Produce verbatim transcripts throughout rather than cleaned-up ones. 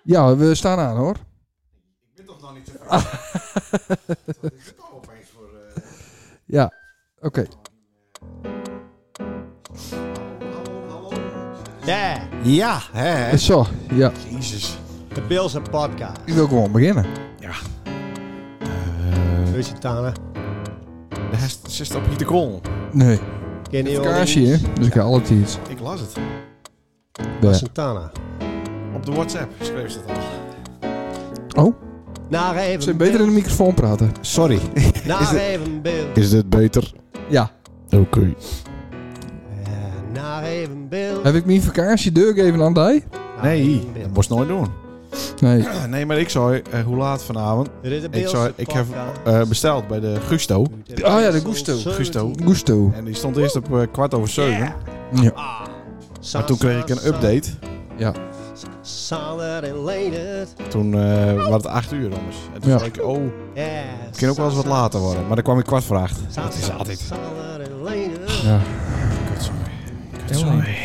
Ja, we staan aan hoor. Ik ben toch nog niet zo ver. Dat is toch opeens voor... Uh... Ja, oké. Okay. Ja. Ja, hè. Zo, ja. Jezus. De Bills en podcast. Ik wil gewoon beginnen. Ja. Uh, Hoe is het, Tana? de zit op hier te kool. Nee. Ken je vakantie, hè? Dus ik ga altijd iets. Ik las het. Waar is het, Tana? Op de WhatsApp schreef ze het al. Oh? Naar even. Ze beter in de microfoon praten. Sorry. Naar is dit, even Bill. Is dit beter? Ja. Oké. Okay. Uh, naar even Bill. Heb ik mijn vakantie deur gegeven aan die? Nee, dat moest nooit doen. Nee. Nee, maar ik zou, uh, hoe laat vanavond? Ik, zou, ik heb uh, besteld bij de Gusto. Oh ja, de Gusto. Gusto. Gusto. En die stond eerst op uh, kwart over zeven. Yeah. Ja. Ah. Maar toen kreeg ik een update. Ja. Toen uh, was het acht uur anders. En toen ja. dacht ik, oh, het kan ook wel eens wat later worden. Maar dan kwam ik kwart voor acht. Dat is altijd. Ja. Kutzooi.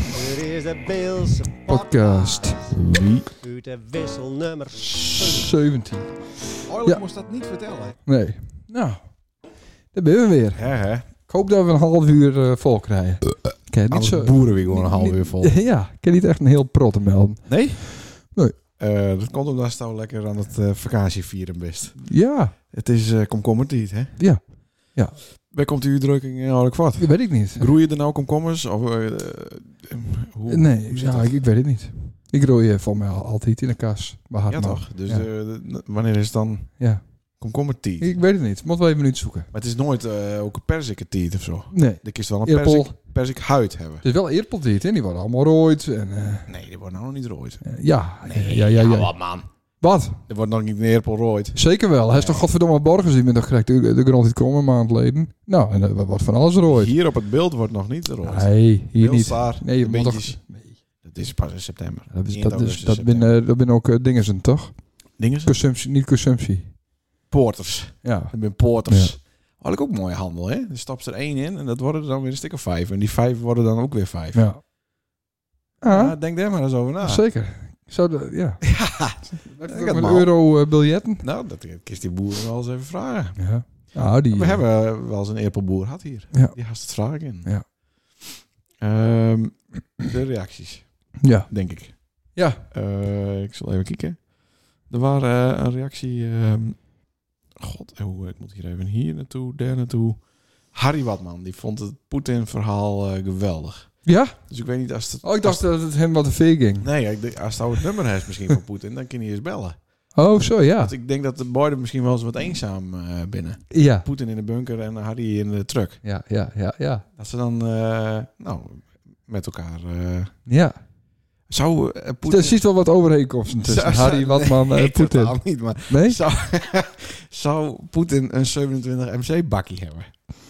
Podcast. Wie? Uit de wisselnummer zeventien. Oorlijk Ja. moest dat niet vertellen. Nee. Nou, daar ben we weer. Hè, hè. Ik hoop dat we een half uur uh, vol krijgen. Ik heb niet zo... boeren weer gewoon een half uur vol. Ja, ik heb niet echt een heel prot te melden. Nee? Nee. Uh, dat komt omdat je lekker aan het uh, vakantie vieren best. Ja. Het is uh, komkommertijd, hè? Ja. Ja. Waar komt die uitdrukking eigenlijk wat? Dat weet ik niet. Groeien er nou komkommers? Of, uh, uh, hoe, nee, hoe ja, ik, ik weet het niet. Ik roei voor mij altijd in de kas. Ja toch? Dus ja. uh, wanneer is het dan ja. komkommertijd? Ik weet het niet. Moeten we even zoeken. Maar het is nooit uh, ook een perzikkentijd of zo? Nee. Er is wel een Eerpel. perzik, perzikhuid hebben. Het is wel eerpeltijd, hè? Die worden allemaal rooid. En, uh, Nee, die worden nou nog niet rooid. Uh, ja. Nee, ja, ja, ja. wat man. Wat? Er wordt nog niet een eerpel rooid. Zeker wel. Hij is toch godverdomme borgers die met nog correct de, de grond niet komen een maand geleden. Nou, en er wordt van alles rooid. Hier op het beeld wordt nog niet rooid. Nee, hier niet. Daar, nee, je moet toch... Nee. Dat is pas in september. Dat is, dat is, dat ben, uh, dat ben ook uh, dingen zijn, toch? Dingen zijn? Consumptie, niet consumptie. Poorters. Ja. Dat ben poorters. Ja. Eigenlijk ook mooie handel, hè? Dan stapt er één in en dat worden er dan weer een stuk of vijf. En die vijf worden dan ook weer vijf. Ja. Ah. Ja, denk daar maar eens over na. Zeker. Zou de, ja. Ja. Met een euro uh, biljetten? Nou, dat kies die boeren wel eens even vragen. Ja. Nou, die, we uh, hebben wel eens een eerpelboer gehad hier. Ja. Die had het vragen in. Ja. Um, de reacties. Ja. Denk ik. Ja. Uh, ik zal even kijken. Er waren uh, een reactie... Um, God, oh, ik moet hier even hier naartoe, daar naartoe. Harry Watman, die vond het Poetin-verhaal uh, geweldig. Ja? Dus ik weet niet als het... Oh, ik dacht dat het hem wat te veel ging. Nee, ik, als het het nummer heeft misschien van Poetin, dan kan hij eens bellen. Oh, zo, ja. Want ik denk dat de beiden misschien wel eens wat eenzaam uh, binnen. Ja. Poetin in de bunker en Harry in de truck. Ja, ja, ja, ja. Dat ze dan, uh, nou, met elkaar... Uh, ja. Zou uh, Poetin... Er zit wel wat overeenkomsten tussen zou, Harry Watman en nee, Poetin. Totaal niet, maar... Nee? Zou, zou Poetin een zevenentwintig M C-bakkie hebben?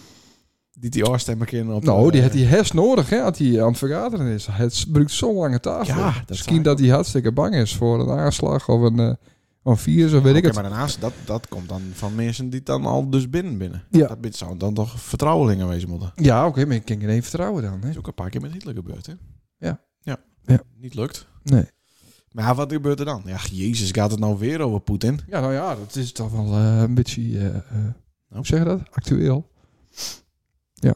Die die oorstemmen kennen op... Nou, uh, die had hij hers nodig, hè, als hij aan het vergaderen is. Het gebruikt zo'n lange tafel. Ja, dat Misschien dat hij hartstikke bang is voor een aanslag of een, uh, een virus, of weet okay, ik het. Maar daarnaast, dat, dat komt dan van mensen die dan al dus binnen binnen. Ja. Dat zou dan toch vertrouwelingen wezen moeten. Ja, oké, okay, maar ik kan geen één vertrouwen dan. Hè? Dat is ook een paar keer met Hitler gebeurd, hè? Ja. Ja. ja. Niet lukt. Nee. Maar wat gebeurt er dan? Ja, jezus, gaat het nou weer over Poetin? Ja, nou ja, dat is toch wel uh, een beetje, uh, uh, hoe zeg je dat? Actueel. Ja.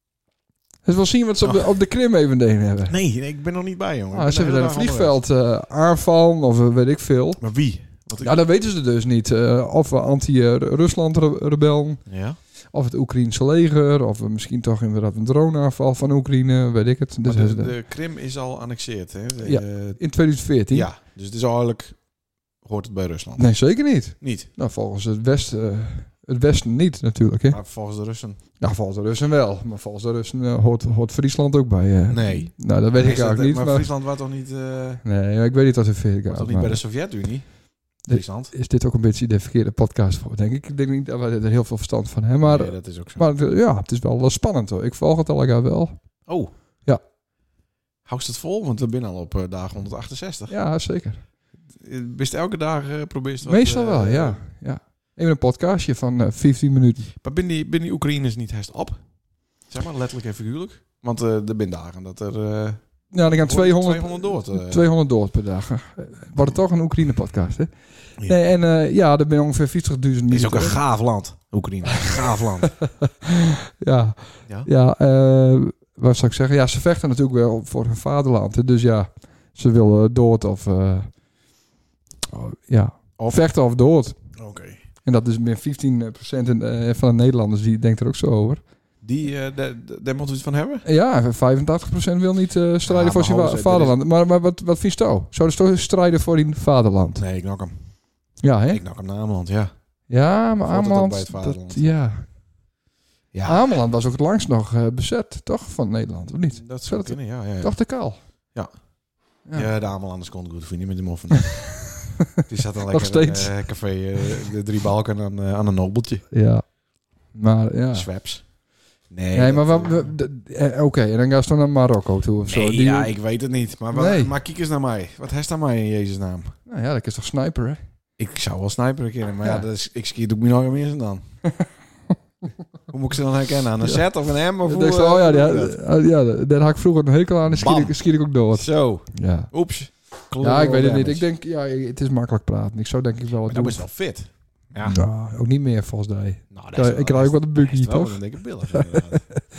Dus wel zien wat ze op de, op de Krim even deden hebben. Nee, nee, ik ben nog niet bij, jongen. Ah, ze hebben daar een vliegveld uh, aanvallen of uh, weet ik veel. Maar wie? Wat ik... Ja, dat weten ze dus niet. Uh, of uh, anti-Rusland-rebellen. Ja. Of het Oekraïense leger. Of uh, misschien toch inderdaad een droneaanval van Oekraïne. Weet ik het. Dus de, de Krim is al annexeerd, hè? De, ja, in twintig veertien. Ja, dus het is eigenlijk... Hoort het bij Rusland? Nee, zeker niet. Niet? Nou, volgens het Westen... Uh, Het Westen niet, natuurlijk. Hè? Maar volgens de Russen? Ja, volgens de Russen wel. Maar volgens de Russen uh, hoort, hoort Friesland ook bij. Uh. Nee. Nou, dat weet nee, ik eigenlijk dat, niet. Maar, maar Friesland was toch niet... Uh... Nee, ik weet niet wat er verder gaat. Was toch niet bij de Sovjet-Unie? Friesland? Is dit ook een beetje de verkeerde podcast voor, denk ik. Ik denk niet dat we er heel veel verstand van hebben. Maar, nee, dat is ook zo. Maar ja, het is wel spannend hoor. Ik volg het al wel. Oh. Ja. Houd het vol, want we zijn al op uh, dag honderdachtenzestig. Ja, zeker. Bist elke dag uh, probeer je Meestal uh, wel, ja. ja. Even een podcastje van uh, vijftien minuten. Maar ben die, ben die Oekraïners niet herst op? Zeg maar, letterlijk en figuurlijk. Want uh, er zijn dagen dat er uh, Ja, dan gaan tweehonderd, tweehonderd dood. Uh. tweehonderd dood per dag. We hadden toch een Oekraïne-podcast, hè? Ja. Nee, en uh, ja, er ben ongeveer vijftigduizend Het is ook een mensen. gaaf land, Oekraïne. Gaaf land. Ja, Ja? ja uh, wat zou ik zeggen? Ja, ze vechten natuurlijk wel voor hun vaderland. Hè? Dus ja, ze willen dood of... Uh, oh, ja, Of- vechten of dood. Oké. Okay. En dat is meer vijftien procent in, uh, van de Nederlanders die denkt er ook zo over. Die, uh, daar moeten we iets van hebben? Ja, vijfentachtig procent wil niet uh, strijden Ja, voor zijn maar wa- Hans, vaderland. Maar, maar wat, wat vind je nou? Zou je toch strijden voor die vaderland? Nee, ik nok hem. Ja, hè? Ik nok hem naar Ameland, ja. Ja, maar Voelt het ook Ameland... bij het vaderland? dat- ja. Ja, Ameland was ook het langst nog uh, bezet, toch? Van Nederland, of niet? dat zou dat- kunnen, ja. ja, ja. Toch de kaal? Ja. Ja. Ja, de Amelanders konden goed vrienden met de moffen. Die zat dan Nog lekker in steeds. uh, café uh, de drie balken aan, uh, aan een nobeltje. Ja. Maar ja. Swaps. Nee, Nee, maar dat, wat... we- de- eh, Oké, okay, en dan ga je toch naar Marokko toe of zo? Nee, Die- ja, ik weet het niet. Maar, wat, Nee. maar kijk eens naar mij. Wat heeft aan mij in Jezus naam? Nou ja, dat is toch sniper, hè? Ik zou wel sniper kennen, maar ja, Ja. dat is, ik skiet ook niet nog meer dan. Hoe moet ik ze dan herkennen? Aan een Ja. Z of een M? Of Ik hoe, denk zo, uh, oh ja, hoe ja, doe je dat? ja, ja, daar had ik vroeger een hekel aan en schiet Bam. ik, schiet ik ook dood. Zo. Ja. Oeps. Ja, ik weet het niet. Damage. Ik denk, ja, het is makkelijk praten. Ik zou denk ik wel wat Maar dat doen. is wel fit. Ja. Nou, ook niet meer volgens mij. Nou, Ja, ik krijg ook wat een buggy, toch? toch? Een dikke billen. inderdaad.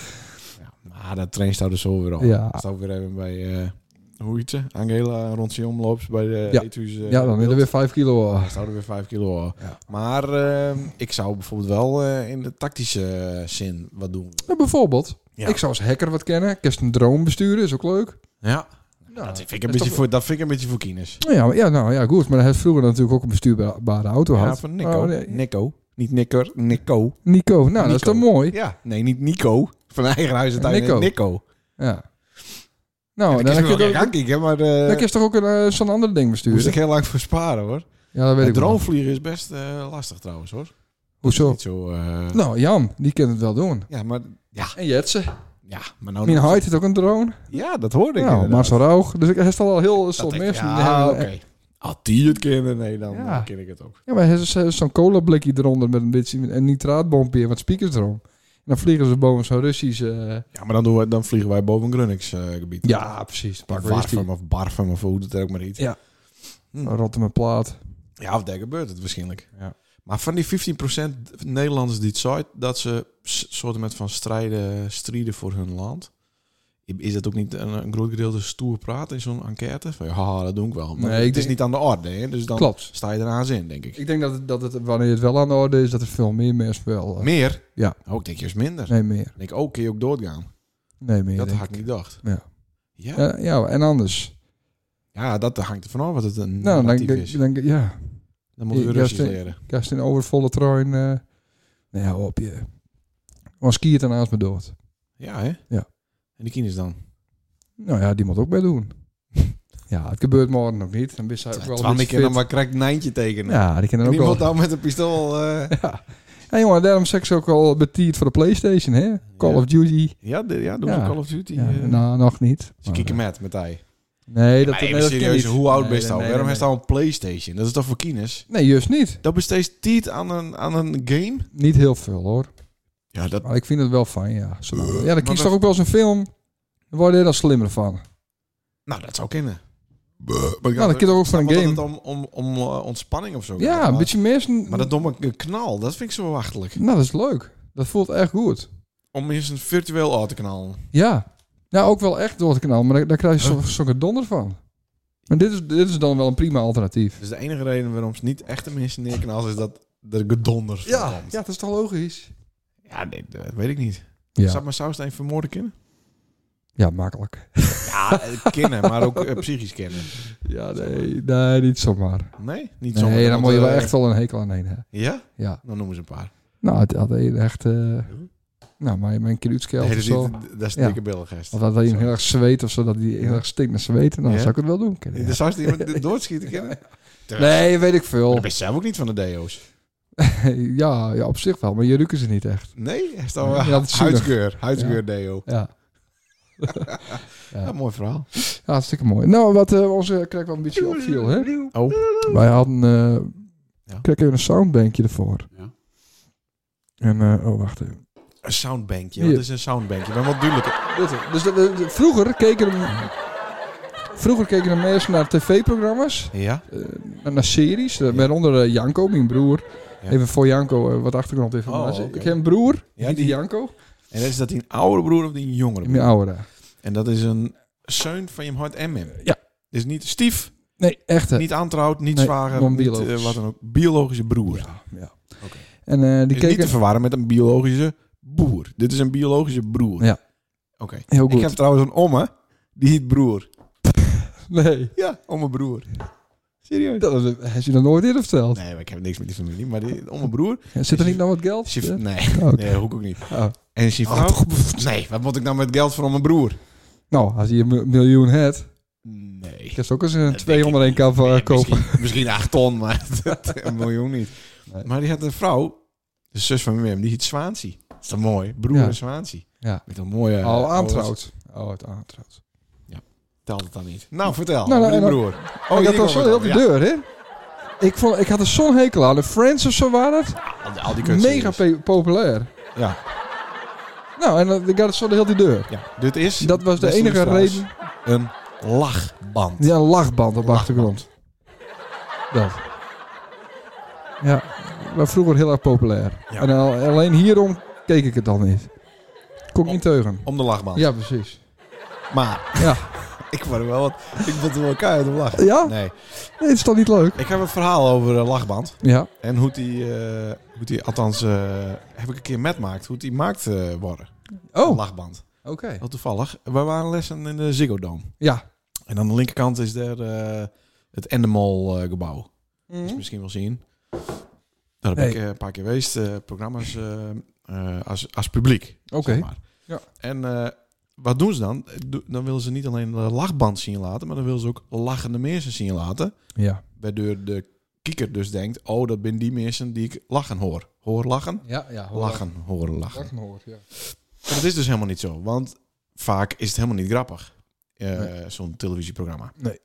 Ja, maar dat traint er dus zo weer op. Ja. Staat weer even bij, uh, hoe heet ze? Angela rond zijn omloops bij de Ja. eethuis. Uh, Ja, dan is er weer vijf kilo. uh. Dan zouden we weer vijf kilo. af. Ja. Maar uh, ik zou bijvoorbeeld wel uh, in de tactische uh, zin wat doen. Ja, bijvoorbeeld. Ja. Ik zou als hacker wat kennen. Kerst een drone besturen, is ook leuk. Ja. Nou, dat, vind ik een is beetje toch- voor, dat vind ik een beetje voor kines. Nou ja, maar- ja, nou ja, goed. Maar hij heeft vroeger natuurlijk ook een bestuurbare auto Ja, gehad. van Nico. Oh, nee. Nico. Niet Nicker, Nico. Nico. Nou, dat is Nico. toch mooi? Ja, nee, niet Nico. Van eigen huis uiteindelijk Nico. Nico. Ja. Nou, Dan dan, kun heb je je wel ook- gaan kijken, maar uh, dan kun je toch ook een, uh, zo'n ander ding besturen? moest ik heel lang voor sparen, hoor. Ja, dat weet En ik wel. dronevliegen is best uh, lastig trouwens, hoor. Hoezo? Niet zo... Uh, Nou, Jan, die kent het wel doen. ja, maar... Ja, En Jetsen. ja, maar nou... Mijn huid heeft ook een drone. Ja, dat hoorde ik Nou, inderdaad. Marcel Rauch. Dus ik, hij is al wel heel Dat soort ik- mensen. die Ja, hebben- oké. Als die het kennen, nee, dan, Ja. dan ken ik het ook. Ja, maar hij is is zo'n colablikje eronder met een beetje een nitraatbompje en wat speakers erom. En dan vliegen ze boven zo'n Russisch... uh, Ja, maar dan, doen we, dan vliegen wij boven Grunix uh, gebied. Ja, precies. Of Waar is die? Warfum of Barfum of hoe het er ook maar iets. Ja. Hm. Rotterdam plaat. Ja, of daar gebeurt het waarschijnlijk. Ja. Maar van die vijftien procent Nederlanders die het zei dat ze soorten met van strijden, strijden voor hun land. Is dat ook niet een, een groot gedeelte stoer praten in zo'n enquête? Van, ja, dat doe ik wel. Maar Nee, ik het is denk- niet aan de orde, hè? Dus dan Klopt. sta je eraan zin, denk ik. Ik denk dat het, dat het, wanneer het wel aan de orde is, dat er veel meer mensen wel... uh, Meer? Ja. Oh, ik denk juist minder. nee, meer. Ik denk, oh, kun je ook doodgaan? Nee, meer. dat denk had ik niet gedacht. Ja. Ja? Ja, ja, en anders. Ja, dat hangt er vanaf wat het een Nou, dan narratief denk is. ik... denk ik- Ja, Dan moeten we Ja, Russisch juist, leren. kast in overvolle trein... Uh, nou ja, op je... Want skiert dan naast me dood. Ja, hè? Ja. En die kines dan? Nou ja, die moet ook mee doen. Ja, het gebeurt morgen nog niet. Dan is hij ook wel een Twan, ik beetje kan dan fit. maar krijg een nijntje tekenen. Ja, die kan dan En ook iemand wel... dan met een pistool... eh, Ja. Ja, jongen, daarom zeg ik ze ook al betiert voor de PlayStation, hè? Call Ja. of Duty. Ja, de, ja doen Ja. ze Call of Duty. Ja, eh. nou, nog niet. Ze Maar, kieken uh, met, met hij. Nee, dat, Maar nee, even dat ken serieus, niet. hoe oud Nee, ben je nou? nee, Waarom nee, is dat een PlayStation? Dat is toch voor kines? Nee, juist niet. Dat besteedt tijd aan een, aan een game? Niet heel veel, hoor. Ja, dat... Maar ik vind het wel fijn, ja. Zolang- Ja, dan kies dat- toch ook wel eens een film. Dan word je er dan slimmer van. Nou, dat zou kunnen. Nou, dat kun je ook voor een Maar dat game. het om, om, om uh, ontspanning of zo Ja, gaat. een beetje mensen... Maar dat domme knal, dat vind ik zo wachtelijk. Nou, dat is leuk. Dat voelt echt goed. Om eens een virtueel auto te knallen. Ja. Ja, ook wel echt door te knallen. Maar daar, daar krijg je zo- zo'n donder van. Maar dit is, dit is dan wel een prima alternatief. Dus de enige reden waarom ze niet echte mensen neerknallen is dat er gedonder van Ja, komt. ja, dat is toch logisch? Ja, nee, dat weet ik niet. Ja, Zou maar Sausteen vermoorden kunnen? ja makkelijk. Ja, kennen, maar ook uh, psychisch kennen. Ja, nee, nee, niet zomaar. Nee? Niet zo. Nee, dan moet je wel echt wel een hekel aan heen hebben. Ja? Ja. Dan noemen ze een paar. Nou, het had een echt... uh, nou, mijn, mijn kruidskeld Nee, of dat, is zo. niet, dat is een Ja. dikke billigest. Of dat hij hem heel erg zweet of zo, dat hij heel erg stinkt naar zweten. Dan Ja? zou ik het wel doen kunnen. De Ja. saus die iemand doodschieten kennen? Nee, weet ik veel. Dat ben je zelf ook niet van de deo's. ja, ja, op zich wel, maar je ruiken ze niet echt. Nee? Is dat Ja, wel dat is zuinig. huidsgeur. Huidsgeur deo. Ja. Ja, mooi verhaal. Ja, hartstikke mooi. Nou, wat uh, onze krijg wel een beetje opviel, hè? Oh. Wij hadden... Uh, Ja. Krijg even een soundbankje ervoor. Ja. En, uh, oh, wacht even. Een soundbankje. Hier. Wat is een soundbankje? Ik ben wat duidelijker. Dit, dus de, de- de- vroeger keken we... Vroeger keken de mensen naar tv-programma's. Ja? Uh, naar series. Uh, waaronder uh, Janko, mijn broer. Ja. Even voor Janko uh, wat achtergrondinformatie. Oh, okay. Ik heb een broer. Ja, die, die Janko. En is dat die een oudere broer of die een jongere broer? Mijn oudere. En dat is een zoon van je hart en Mim. Ja. Dus niet stief, Nee, echt. niet aantrouwd, niet nee, zwager, niet biologisch. uh, wat dan ook. Biologische broer. Ja, ja. Okay. En uh, die is keken... niet te verwarren met een biologische boer. Dit is een biologische broer. Ja. Oké. Okay. Heel goed. Ik heb trouwens een omme, die heet broer. Nee. Ja, omme broer. Serieus? Dat heb je nog nooit eerder verteld. Nee, maar ik heb niks met die familie. Maar die omme broer... Ja, zit er niet nog wat geld? She, Ja? nee, Oh, okay. nee, hoek ook niet. Oh. En zijn vrouw... Nee, wat moet ik nou met geld van mijn broer? Nou, als je een miljoen hebt, Nee. kan je ook eens een Dat twee denk onder één ik kan niet. Nee, kopen. Misschien, misschien acht ton, maar een miljoen niet. Nee. Maar die had een vrouw, de zus van Mim, die heet Zwaansie. Dat is toch mooi? Broer Ja. en Zwaansie. Ja. Met een mooie... Al uh, aantrouwd. Oh, het aantrouwd. Telt het dan niet. Nou, vertel. Nou, over nou, die nou, broer. Oh, ik had hier al zo komen heel we de dan. Ja. deur, hè? Ik, vond, ik had er zo'n hekel aan. De Friends of zo waren het. Al die, al die kutseries. Mega pe- populair. Ja. Nou, en dan ik had het zo de hele deur. ja. Dit is... Dat was de beste enige luisteraars, reden. Een lachband. Ja, een lachband op de Lachband. achtergrond. Dat. Ja, maar vroeger heel erg populair. Ja. En al, alleen hierom keek ik het dan niet. Kon ik niet teugen. Om de lachband. Ja, precies. Maar... Ja. Ik word er wel wat... Ik vond er wel keihard om lachen. Ja? Nee. Nee, het is toch niet leuk? Ik heb een verhaal over uh, lachband. Ja. En hoe die... Uh, hoe die althans... Uh, heb ik een keer met maakt. Hoe die maakt uh, worden. Een Oh, oké. lachband. Heel toevallig. We waren lessen in de Ziggo Dome. Ja. En aan de linkerkant is er uh, het Endemol uh, gebouw. Mhm. Dat is misschien wel zien. Daar heb Nee. ik uh, een paar keer geweest. Uh, programma's uh, uh, als, als publiek. Oké. Zeg maar. Ja. En uh, wat doen ze dan? Do- Dan willen ze niet alleen de lachband zien laten, maar dan willen ze ook lachende mensen zien laten. Ja. Waardoor de kijker dus denkt, oh, dat zijn die mensen die ik lachen hoor. Hoor lachen? Ja, ja. Hoor. Lachen, horen lachen. Lachen hoor, ja. Maar dat is dus helemaal niet zo. Want vaak is het helemaal niet grappig. Uh, Nee. Zo'n televisieprogramma. Nee.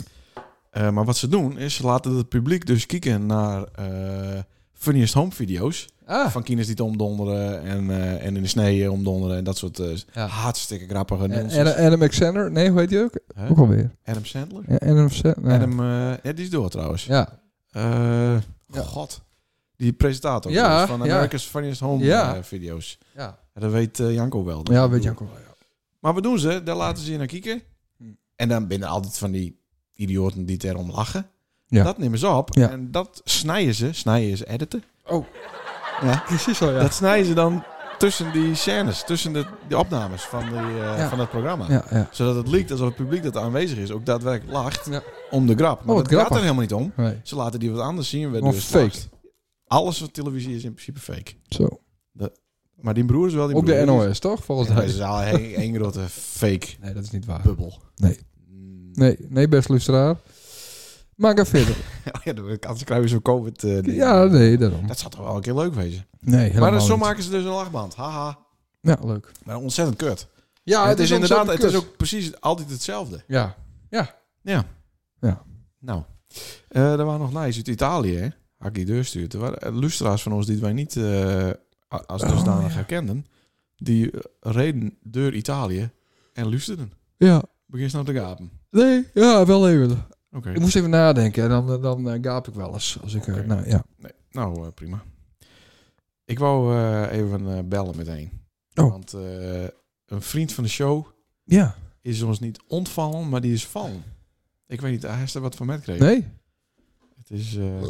Uh, maar wat ze doen, is ze laten het publiek dus kijken naar uh, funniest home video's. Ah. Van kinders die het omdonderen en, uh, en in de sneeën omdonderen. En dat soort uh, Ja. hartstikke grappige En, nonsens. en, Adam Alexander. Nee, hoe heet die ook? Huh? Ook alweer. Adam Sandler? Ja, Adam Alexander. Nee. Adam, uh, ja, die is door trouwens. Ja. Uh, Ja. God. Die presentator Ja, van ja. America's Funniest Home Ja. uh, video's. Ja. Ja, dat weet uh, Janko wel. Dat Ja, ik weet bedoel. je ook wel. Ja. Maar wat doen ze? Daar laten ze je naar kijken. Hm. En dan binnen altijd van die idioten die erom lachen. Ja. Dat nemen ze op. Ja. En dat snijden ze. Snijden is editen. Oh. Ja. Precies zo, ja. Dat snijden ze dan tussen die scènes. Tussen de, die opnames van, die, uh, Ja. van het programma. Ja, ja. Zodat het lijkt alsof het publiek dat aanwezig is ook daadwerkelijk lacht. Ja. Om de grap. Maar wat dat gaat grappig. er helemaal niet om. Nee. Ze laten die wat anders zien. Gewoon Waardoor het fake. lacht. Alles wat televisie is in principe fake. Zo. Maar die broer is wel die Ook broer. de N O S, toch? Volgens Dat mij. is al een, een grote fake Nee, dat is niet waar. bubbel. Nee. Mm. Nee, nee, best luisteraar. Maar ga verder. Oh ja, de kans krijgen we zo'n COVID. Uh, ding. Ja, nee, daarom. Dat zou toch wel een keer leuk wezen. Nee, helemaal Maar zo niet. maken ze dus een lachband. Haha. Ja, leuk. Maar ontzettend kut. Ja, En het is inderdaad, het ontzettend is kut. ook precies altijd hetzelfde. Ja. Ja. Ja. Nou. Uh, er waren nog nice uit Italië, hè. Had ik die deur stuurt. Er waren uh, luisteraars van ons die wij niet uh, als Oh, dusdanig ja. herkenden. Die uh, reden door Italië en luisterden. Ja. Begin nou te gapen. Nee, ja, wel even. Oké. Ik moest even nadenken en dan, dan uh, gaap ik wel eens. Als ik, uh, Oké. nou ja. Nee, nou, uh, prima. Ik wou uh, even uh, bellen meteen. Oh. Want uh, een vriend van de show Ja. is ons niet ontvallen, maar die is vallen. Ik weet niet, hij heeft er wat van met gekregen. Nee? Het is... Uh,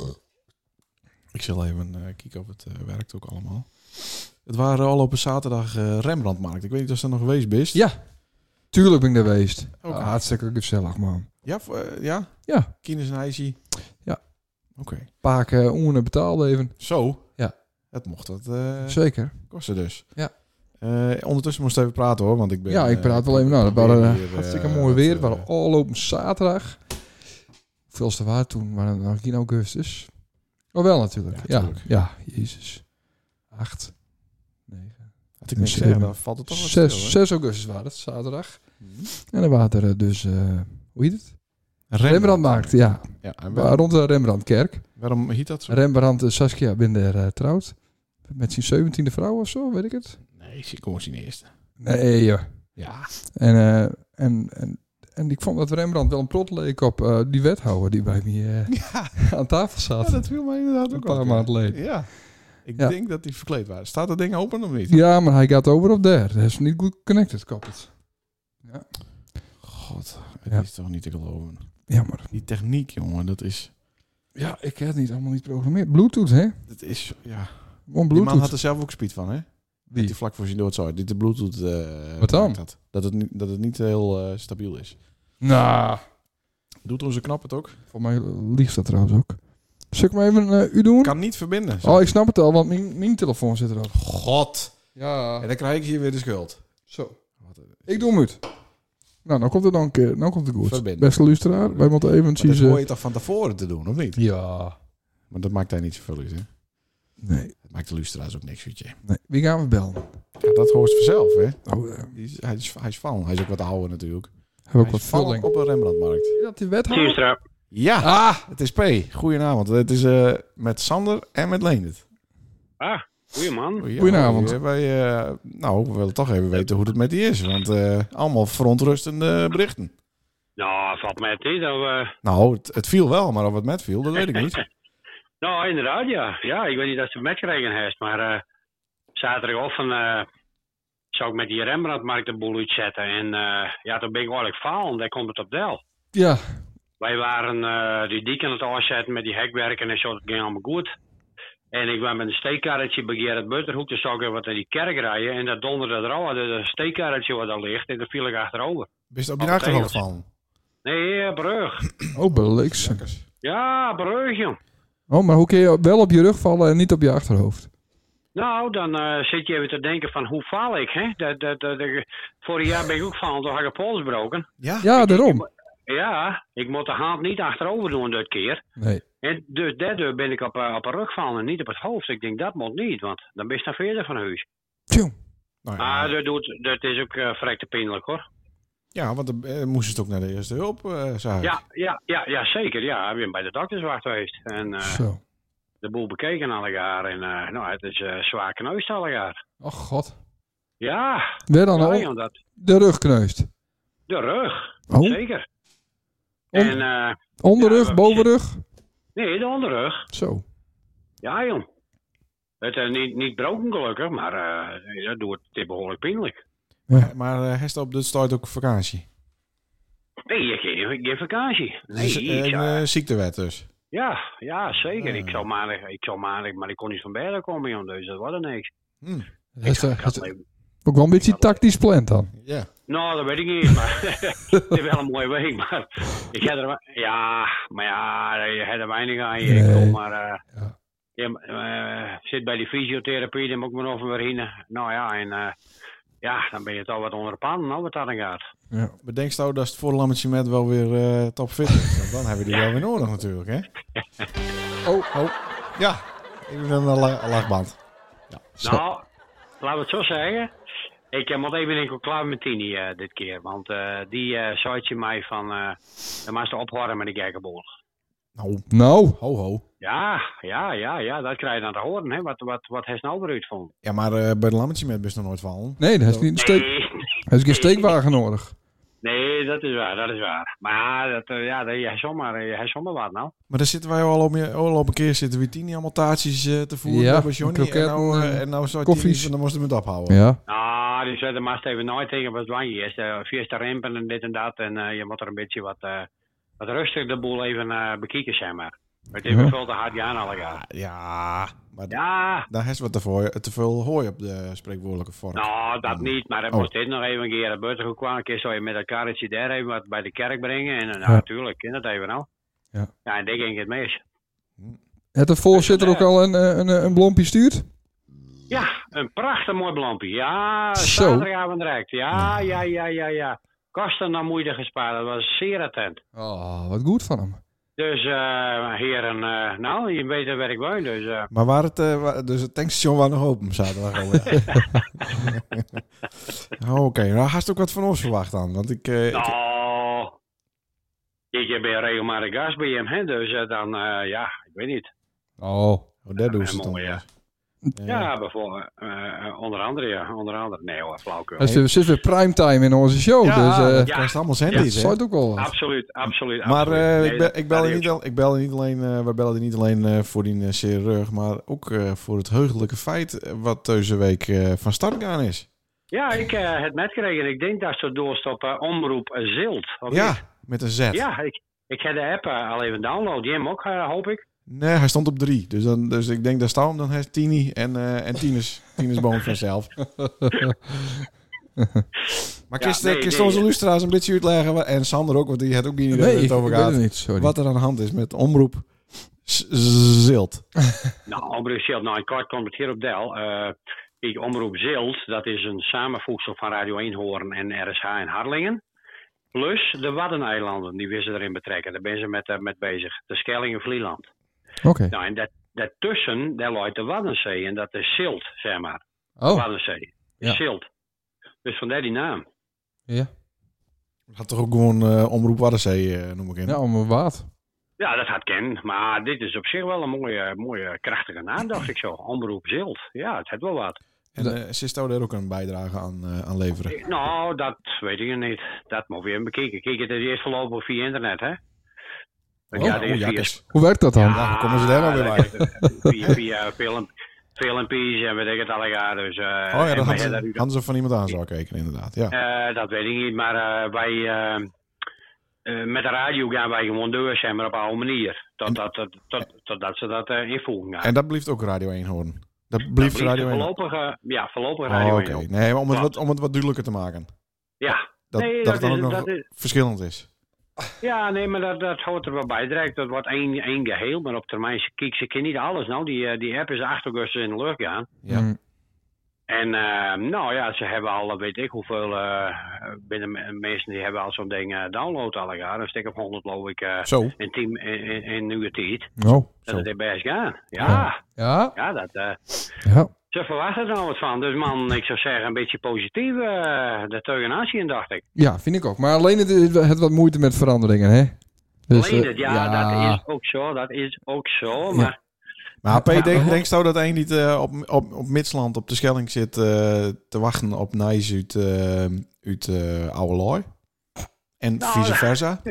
ik zal even uh, kijken of het uh, werkt ook allemaal. Het waren al op een zaterdag uh, Rembrandtmarkt. Ik weet niet of je er nog geweest bent. Ja. Tuurlijk ben ik daar geweest. Oké. Ah, hartstikke gezellig, man. Ja? Uh, ja? Ja. Kines en ijsje? Ja. Oké. Okay. Paak uh, oene betaalde even. Zo? Ja. Het mocht wat uh, Zeker. kosten dus. Ja. Uh, ondertussen moest ik even praten hoor, want ik ben... Ja, ik praat wel even. Nou, dat waren uh, hartstikke uh, mooi weer. Het waren al op zaterdag. Hoeveelste waar toen? Maar dan nog in augustus. Oh, wel natuurlijk. Ja, ja, ja, jezus. Acht. Negen. Had ik niks zeggen, dan valt het toch wat zes, stil, hè? zes augustus was het, zaterdag. Mm-hmm. En dan waren er dus, uh, hoe heet het? Rembrandt, Rembrandtmarkt, ja. ja en waarom, Rond de Rembrandtkerk. waarom heet dat zo? Rembrandt en Saskia ben er uh, trouwd. Met zijn zeventiende vrouw of zo, weet ik het. Nee, ik kom zien eerst. Nee, joh. Ja. En, uh, en, en, En ik vond dat Rembrandt wel een prot leek op uh, die wethouder die bij me uh, Ja. aan tafel zat. Ja, dat viel mij inderdaad een ook paar op, maanden ja. geleden. Ja. Ik Ja. denk dat die verkleed waren. Staat dat ding open of niet? Ja, maar hij gaat over op daar. Dat is niet goed connected, koppelt. Ja. God, het Ja. is toch niet te geloven. Jammer. Die techniek, jongen, dat is... Ja, ik heb het niet allemaal niet programmeerd. Bluetooth, hè? Dat is, ja... Gewoon Die man Bluetooth. had er zelf ook speed van, hè? Wie? Die vlak voor zijn dood zei. Die de Bluetooth uh, Wat dan? gemaakt had. Dat het niet, dat het niet heel uh, stabiel is. Nou, Doet onze knap het ook? voor mij liegt dat trouwens ook. Zal ik hem even uh, u doen? Kan niet verbinden. Oh, ik snap het al, want mijn, mijn telefoon zit erop. God. Ja. En dan krijg ik hier weer de schuld. Zo. Ik doe hem uit. Nou, nou komt het dan een keer. Nou komt het goed. Verbinden. Beste luisteraar, wij moeten even Maar dat kiezen. hoor je toch van tevoren te doen, of niet? Ja. Maar dat maakt hij niet zoveel uit, hè? Nee. Dat maakt de luisteraars ook niks uit, je. nee. Wie gaan we bellen? Ja, dat hoort vanzelf, hè? Oh, uh, Die is, hij, is, hij is van. Hij is ook wat ouder natuurlijk. hebben we ook Hij wat is van vulling. op een Rembrandtmarkt. Is dat die wethouder? Sierstra. Ja, Ah! het is P. Goedenavond. Het is uh, met Sander en met Leendert. Ah, goeie man. Ja, Goedenavond. Wij, wij, uh, nou, we willen toch even weten hoe het met die is. Want uh, allemaal verontrustende berichten. Nou, valt mij het niet. Dat we... Nou, het, het viel wel, maar of het met viel, dat weet ik niet. Nou, inderdaad, ja. Ja, ik weet niet of ze het metgekregen heeft, maar uh, zaterdagochtend uh, zou ik met die Rembrandtmarkt de boel uitzetten. En uh, ja, toen ben ik eigenlijk falen. Daar komt het op del. Ja. Wij waren uh, die dik aan het afzetten met die hekwerken en zo, dat ging allemaal goed. En ik was met een steekkarretje bij Gerrit Butterhoek, dus zou ik even wat naar die kerk rijden. En dat donderde er al, dat steekkarretje wat daar ligt, en daar viel ik achterover. Ben je op je Op achterhoofd tegels. vallen? Nee, brug. Oh, beleeks. Ja, brug, jong. Oh, maar hoe kun je wel op je rug vallen en niet op je achterhoofd? Nou, dan uh, zit je even te denken van, hoe faal ik, hè? Dat, dat, dat, dat, vorig jaar ben ik ook vallen, toen had ik een pols gebroken. Ja? Ja, daarom. Ja, ik moet de hand niet achterover doen dit keer. Nee. En dus daardoor ben ik op, uh, op een rug vallen en niet op het hoofd. Ik denk, dat moet niet, want dan ben je dan verder van huis. Tjoe. Nou ja, Maar dat, doet, dat is ook uh, vrij te pijnlijk, hoor. ja, want dan uh, moesten ze ook naar de eerste hulp, uh, zag Ja, ja, ja, ja, zeker. Ja, ik ben bij de dokterswacht geweest. En uh, Zo. de boel bekeken alle jaar. En uh, nou, het is uh, zwaar kneust alle jaar. Oh, god. Ja, Weer dan ja, al joh, dat, de rug kneust. de rug. Oh. Zeker. On- En, uh, Onderrug, ja, bovenrug? nee, de onderrug. Zo. Ja, joh. Het is uh, niet, niet broken gelukkig, maar uh, dat doet het behoorlijk pijnlijk. Maar, maar uh, heeft op de start ook vakantie? Nee, ik geen, geen vakantie. Nee, Dus, uh, ik een zou, uh, ziektewet dus? ja, ja, zeker. Ah. Ik zou maandag, ik zou maandag, maar ik kon niet van Bergen komen, joh, dus dat was er niks. Hm. Dat is, Ik uh, had is alleen- ook wel een beetje tactisch plant dan. Ja. Nou, dat weet ik niet, maar het is wel een mooie week, maar ik heb er, wa- ja, maar ja, je hebt er weinig aan je, Nee. ik kom maar, uh, Ja. je uh, zit bij die fysiotherapie, dan moet ik me nog weer heen. Nou ja, en uh, ja, dan ben je toch wat onder de pan, nou, wat dat dan gaat. Ja. Bedenk nou dat het voor lammetje met wel weer uh, topfit is. Want dan hebben we die wel weer nodig natuurlijk, hè? Oh, oh. Ja, even een la- lachband. Ja. Zo. Nou, laten we het zo zeggen. Ik uh, moet even in klaar met Tini uh, dit keer. Want uh, die uh, zei je mij van... Uh, dan moest je ophouden met die gekkenboel. Nou, Nou. ho ho. Ja, ja, ja, ja. Dat krijg je dan te horen. Hè. Wat, wat, wat heeft nou weer uitgevonden? Ja, maar uh, bij de lammetje met ben je nog nooit vallen. Nee, dat is niet een steek. Nee, Hij is geen steekwagen nodig. nee, dat is waar, dat is waar. Maar dat, uh, ja, dat, je hebt zomaar, je hebt zomaar wat nou. Maar daar zitten wij al op, al op een keer zitten we tien amputaties uh, te voeren Ja, bij Johnny. kroketten, En nou, uh, uh, en nou zou koffies. Tini, dan moesten we het ophouden. Ja. Nou, die zetten maar even nooit tegen wat dwang je is. Uh, via te rempen en dit en dat. En uh, je moet er een beetje wat, uh, wat rustig de boel even uh, bekijken, zeg maar. Het is Ja. veel te hard gaan alle jaar. Ja, maar Ja, daar heeft wat te, voor, te veel hooi op de spreekwoordelijke vorm. nou, dat niet, maar dan Oh. moest dit nog even een keer buiten goed kwamen. Een keer zou je met dat karretje daar even wat bij de kerk brengen. En uh, nou, Ja. natuurlijk, ken dat even nou. Ja. Ja, en dit ging het mis. Het de voorzitter ook al een, een, een, een blompje stuurt? Ja, een prachtig mooi blampje. Ja, Zo. zaterdagavond direct. Ja, ja, ja, ja, ja. Kosten dan moeite gespaard, dat was zeer attent. Oh, wat goed van hem. Dus, uh, heren, uh, nou, je weet waar ik woon, dus... Uh, Maar waar het, uh, waar, dus het tankstation was nog open zaterdag al. Oké, okay, nou had je ook wat van ons verwacht dan? Want ik... Uh, ik nou, ik heb een regelmatig gas bij hem, hè, dus uh, dan, uh, ja, ik weet niet. Oh. oh, daar doen ze het Helemaal, dan. ja. weer. Ja, bijvoorbeeld. Uh, onder andere, ja. Onder andere. Nee hoor, flauwkul. Het is weer primetime in onze show. Ja, dus, uh, dat ja. krijgt allemaal dat centjes, hè? zou het ook wel. Absoluut, absoluut. Maar absoluut. uh, Nee, ik, be, dat- ik belde dat niet, is- al, ik belde niet alleen, uh, we belden niet alleen uh, voor die uh, chirurg, maar ook uh, voor het heugelijke feit wat deze week uh, van start gegaan is. Ja, ik heb uh, het met gekregen. Ik denk dat ze doorstoppen omroep uh, Zilt. Of Ja, niet? met een Z. Ja, ik, ik heb de app uh, al even download. Die hem ook, uh, hoop ik. Nee, hij stond op drie. Dus, dan, dus ik denk dat staan dan heeft Tini en, uh, en Tinus, Tinus Boom vanzelf. Maar Ja, kist, nee, kist nee. onze luisteraars een beetje uitleggen, en Sander ook, want die had ook geen idee Nee, waar ik het over weet gaat. het niet, sorry. Wat er aan de hand is met omroep Z- Zilt. Nou, omroep Zilt. Nou, in kort komt het hier op Del. Uh, kijk, omroep Zilt, dat is een samenvoegsel van Radio Eenhoorn en R S H in Harlingen. Plus de Waddeneilanden, die willen ze erin betrekken. Daar ben ze met, uh, met bezig. De Schelling en Vlieland. Oké. Okay. Nou, en dat, daartussen, daar loopt de Waddenzee. En dat is Zilt, zeg maar. Oh, Waddenzee. Ja. Zilt. Dus vandaar die naam. ja. Had toch ook gewoon uh, omroep Waddenzee, uh, noem ik in. Ja, om een waard. Ja, dat had ken. Maar dit is op zich wel een mooie, mooie krachtige naam, dacht ik zo. Omroep Zilt. Ja, het heeft wel wat. En uh, Sisto daar ook een bijdrage aan, uh, aan leveren? Nou, dat weet ik niet. Dat moet weer bekijken. Kijk, het is eerst voorlopig via internet, hè? Oh, ja, oh, dit is via- jakkes. Hoe werkt dat dan? Ja, dan komen ze daar nou weer bij. Via, via film, filmpjes en weet ik het allemaal. Dus, uh, Oh ja, en dat wij hadden ze, hebben daar- hadden ze van iemand aan zo gekeken, inderdaad. Ja. Uh, dat weet ik niet, maar uh, wij, uh, uh, met de radio gaan wij gewoon door, zeg maar, op een oude manier. Totdat tot, tot, tot, tot ze dat uh, invoegen gaan. En dat blijft ook Radio Eenhoorn? Dat Dat blijft blijft Radio de Eenhoorn? voorlopige, ja, voorlopig Oh, radio oké. Eenhoorn. Nee, maar om het, Klopt. wat, om het wat duidelijker te maken. Ja. Dat, Nee, dat, dat het dan is- ook nog dat is- verschillend is. Ja, nee, maar dat, dat hoort er wel bij. Direct, dat wordt één, één geheel, maar op termijn, kijk, ze kennen niet alles nou. Die, uh, die app is acht augustus in de lucht gaan. Ja. Mm. En uh, nou ja, ze hebben al, weet ik hoeveel, uh, binnen mensen die hebben al zo'n ding uh, download al jaar. Een stuk of honderd geloof ik uh, Zo. in, team, in, in, in nieuwe tijd. Oh. Dat Zo. het er best gaan. Ja, Ja. ja, dat, uh, Ja. ze verwachten er nou wat van. Dus man, ik zou zeggen een beetje positief uh, de tegenaan zien, dacht ik. Ja, vind ik ook. Maar alleen het, het, het wat moeite met veranderingen, hè? Dus, Alleen eh, het, ja, dat is ook zo, dat is ook zo. Maar Maar P, Ja. denk, denk je dat één niet uh, op, op, op Midsland op de Schelling zit uh, te wachten op Nijs uit, uh, uit uh, Oude Looi? En Nou, vice versa?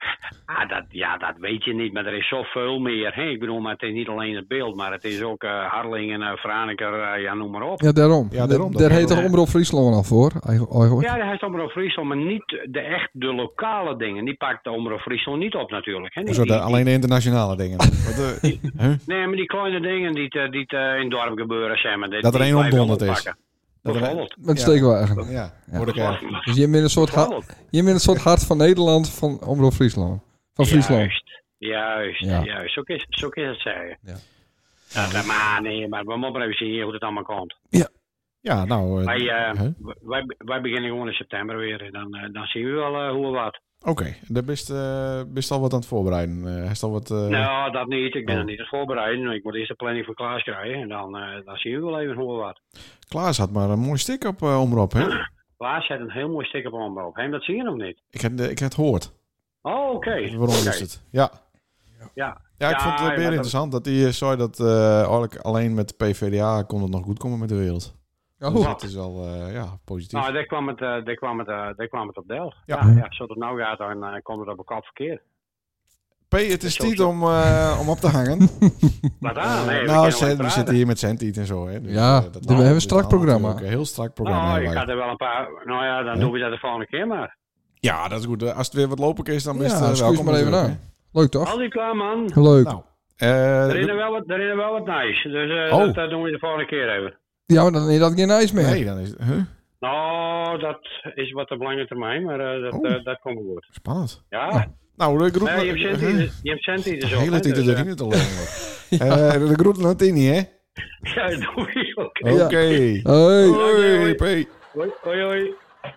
ah, dat, ja, dat weet je niet, maar er is zoveel meer. Hè? Ik bedoel, maar het is niet alleen het beeld, maar het is ook uh, Harlingen, uh, Franeker, uh, ja, noem maar op. ja, daarom. Ja, daarom. Daar heet toch Ja. Omroep Friesland al voor, eigenlijk? Ja, hij is Omroep Friesland, maar niet de echt de lokale dingen. Die pakt de Omroep Friesland niet op natuurlijk. Hè? Die, Zo, de, die- alleen de internationale dingen. Wat, uh, huh? nee, maar die kleine dingen die, het, uh, die het, uh, in het dorp gebeuren, zeg maar. die- Dat er die één wij wel omdonderd is. oppakken. Dat er- Bijvoorbeeld. Met Ja. steekwagen. Ja, Ja. hoor ik erg. Dus je bent een soort, ha- Bijvoorbeeld. je bent een soort hart van Nederland van Omroep Friesland. Van Friesland. Juist, juist, Ja. juist. Zo is, zo is het zeggen. Ja. Ja, maar- maar nee, maar we moeten even zien hoe het allemaal komt. Ja, nou... Uh, Wij, uh, huh? wij, wij beginnen gewoon in september weer. En dan, uh, dan zien we wel uh, hoe we wat. Oké, okay. Daar bist, uh, bist al wat aan het voorbereiden. Uh, hij is al wat... Uh... Nou, dat niet. Ik ben Oh. er niet aan het voorbereiden. Ik moet eerst de planning voor Klaas krijgen. En dan, uh, dan zien we wel even hoe we wat. Klaas had maar een mooi stik op uh, omroep, hè? Klaas heeft een heel mooi stuk op omroep. Heb je dat zie je nog niet? Ik heb, ik heb het gehoord. Oh, oké. Waarom Oké. is het? Ja. Ja. Ja, ik Ja, vond het ja, weer dat- interessant dat hij uh, zei dat uh, eigenlijk alleen met de P V D A kon het nog goed komen met de wereld. Ja, Dus hoe? dat is al uh, ja, positief. Nou, daar kwam het, uh, daar kwam het, uh, daar kwam het op Del. Ja. Ja, ja, zoals het nou gaat, dan uh, komt het op elkaar verkeerd. P, het is Zo- tijd zo. om, uh, om op te hangen. Wat aan? Nee, we nou, kunnen Cent- wel we praten. zitten hier met Centiet en zo. Hè. Dus, Ja, uh, we dat hebben een dit strak haalt programma. natuurlijk Een heel strak programma. Nou, ik hebben had wij. er wel een paar... Nou ja, dan Huh? doen we dat de volgende keer maar. Ja, dat is goed. Als het weer wat lopen is, dan Ja, is het uh, schuif welkom maar even natuurlijk, aan. Leuk toch? Al die klaar, man. Leuk. hè. Nou, uh, Er is er wel wat, er is er wel wat nice. Dus uh, Oh. dat uh, doen we de volgende keer even. Ja, maar dan is dat geen ijs meer. nee, dan is het... Huh? Nou, dat is wat op lange termijn, maar uh, dat, Oh. uh, dat komt goed. Spannend. Ja, Nou, de groet... ja je hebt huh? centen, je hebt centen De zo. hele hè, tijd dus, erin te leren. Uh, de groeten aan Tini, hè? uh, Ja, dat doe ik ook. Oké. Ja. Okay. Hoi. Hoi, P. Hoi, hoi, hoi.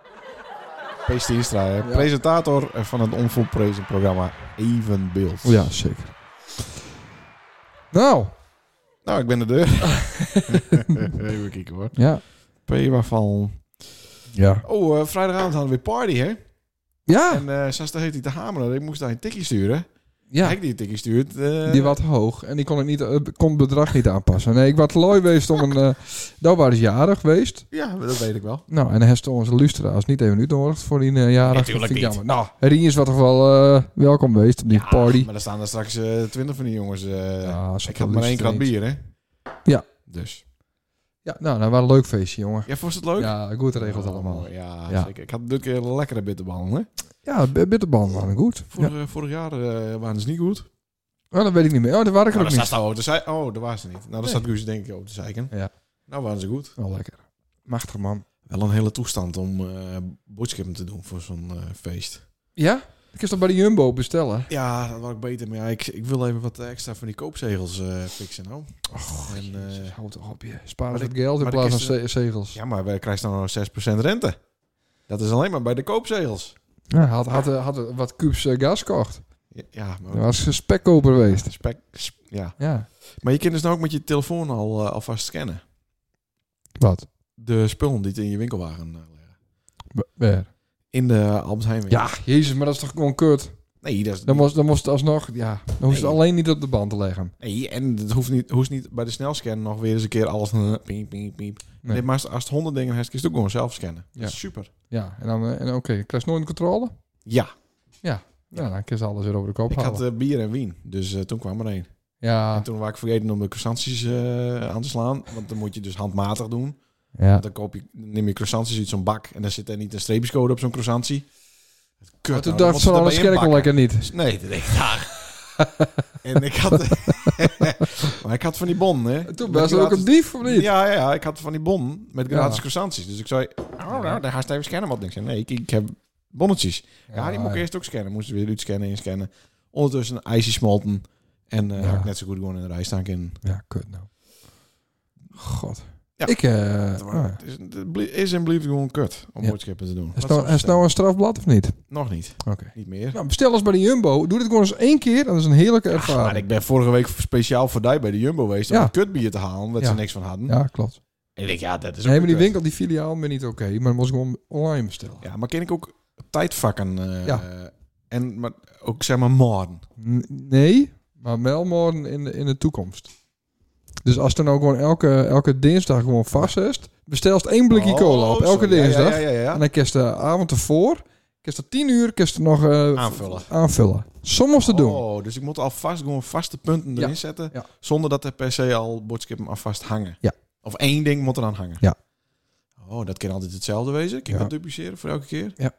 P. Stienstra, hè? Presentator van het onvolprezen programma Evenbeeld. Ja, zeker. Nou, Nou, ik ben de deur. Even kijken hoor. ja. P. waarvan... Ja. Oh, uh, vrijdagavond hadden we weer party, hè? Ja. En uh, zoals dat heet hij te hameren. Ik moest daar een tikje sturen. Ja. Heb ik die tikkie stuurt. Uh... Die wat hoog. En die kon, het niet, uh, kon het bedrag niet aanpassen. Nee, ik was te lui geweest om een... Uh, daar waren ze jarig geweest. Ja, dat weet ik wel. Nou, en dan heeft onze luisteraars niet even uitgenodigd voor die uh, jarig. Natuurlijk vind ik niet. jammer. Nou, Rien is wat toch wel uh, welkom geweest op die ja, party. maar er staan er straks uh, twintig van die jongens. Uh, ja, ik had maar één krat bier, hè? Ja. Dus. Ja, nou, dat was een leuk feestje, jongen. Ja, vond je het leuk? Ja, goed geregeld oh, allemaal. Ja, ja, zeker. Ik had dit keer een lekkere bitterballen, hè? Ja, bitterballen waren goed. Vorig, ja. vorig jaar uh, waren ze niet goed. Oh, dat weet ik niet meer. Oh, daar waren ik nou, er ook niet. Oh, zei, oh, daar waren ze niet. Nou, daar nee. staat Guus denk ik op de zeiken. Ja. Nou waren ze goed. Wel lekker. Machtig, man. Wel een hele toestand om uh, boodschappen te doen voor zo'n uh, feest. Ja? Ik kan toch bij de Jumbo bestellen? Ja, dat was ik beter. Maar ja, ik, ik wil even wat extra van die koopzegels uh, fixen, nou. Oh, en, Jezus, uh, houd toch op je. Spaar het ik, geld in plaats van zegels. Ja, maar wij krijgen dan nog zes procent rente. Dat is alleen maar bij de koopzegels. Ja, had, had, had wat kubus uh, gas gekocht. Ja, ja maar... Dat was een spekkoper geweest. Spek, sp, ja. ja. Maar je kunt dus nou ook met je telefoon al uh, alvast scannen. Wat? De spullen die het in je winkelwagen uh, leggen. Waar? In de Albert Heijn. Ja, jezus, maar dat is toch gewoon kut? Nee, dat is... Dan moest, dan moest het alsnog... Ja, dan hoeft nee. het alleen niet op de band te leggen. Nee, en het hoeft niet, hoeft niet bij de snelscan nog weer eens een keer alles... Piep, piep, piep. Nee. Nee, maar als, als het honderd dingen hebt, kun je het ook gewoon zelf scannen. Ja. Dat is super. Ja, en dan... En oké, okay, krijg je nooit een controle? Ja. Ja. Ja, dan kun je alles weer over de kop ik halen. had uh, bier en wien, dus uh, toen kwam er één. Ja. En toen was ik vergeten om de croissantjes uh, aan te slaan, want dan moet je dus handmatig doen. Ja. Dan koop je, neem je croissantjes uit zo'n bak en dan zit er niet een streepjescode op zo'n croissantie. Kut, maar toen nou, dacht zo'n alles kerkel lekker niet. Nee, dat denk ik daar. En ik had... maar ik had van die bon, hè. Toen was er ook een dief, of niet? Ja, ja, ja, ik had van die bon met gratis ja. croissantjes. Dus ik zei, oh, nou, daar ga je even scannen. Wat ik zei, nee, ik, ik heb bonnetjes. Ja, ja, die moet ik eerst ook scannen. Moesten weer uitscannen, inscannen. Ondertussen een ijsje smolten. En uh, ja. had ik net zo goed gewoon in de rij staan in. Ja, kut nou. God. Ja. Ik, uh, het, was, het, is, het is en blijft gewoon kut om boodschappen ja. te doen. Is het nou, is nou een strafblad of niet? Nog niet. Oké. Okay. Niet meer. Nou, bestel eens bij de Jumbo. Doe dit gewoon eens één keer. Dat is een heerlijke ervaring. Ja, maar ik ben vorige week speciaal voor die bij de Jumbo geweest om ja. een kutbier te halen, dat ja. ze niks van hadden. Ja, klopt. En ik denk, ja, dat is ook nee, maar die winkel, die filiaal, ben niet oké. Okay, maar dan moest ik gewoon online bestellen. Ja, maar ken ik ook tijdvakken? Uh, ja. En maar ook, zeg maar, morgen? N- nee, maar wel morgen in de, in de toekomst. Dus als er nou gewoon elke, elke dinsdag gewoon vast is, bestel je één blikje oh, cola op elke zo. dinsdag. Ja, ja, ja, ja. En dan kerst de avond ervoor, kerst er tien uur, kerst er nog uh, aanvullen. aanvullen. Soms te oh, doen. Oh, dus ik moet alvast gewoon vaste punten erin ja. zetten, ja. zonder dat er per se al boodschappen alvast hangen. Ja. Of één ding moet er aan hangen. Ja. Oh, dat kan altijd hetzelfde wezen. Kan je ja. dat dupliceren voor elke keer? Ja.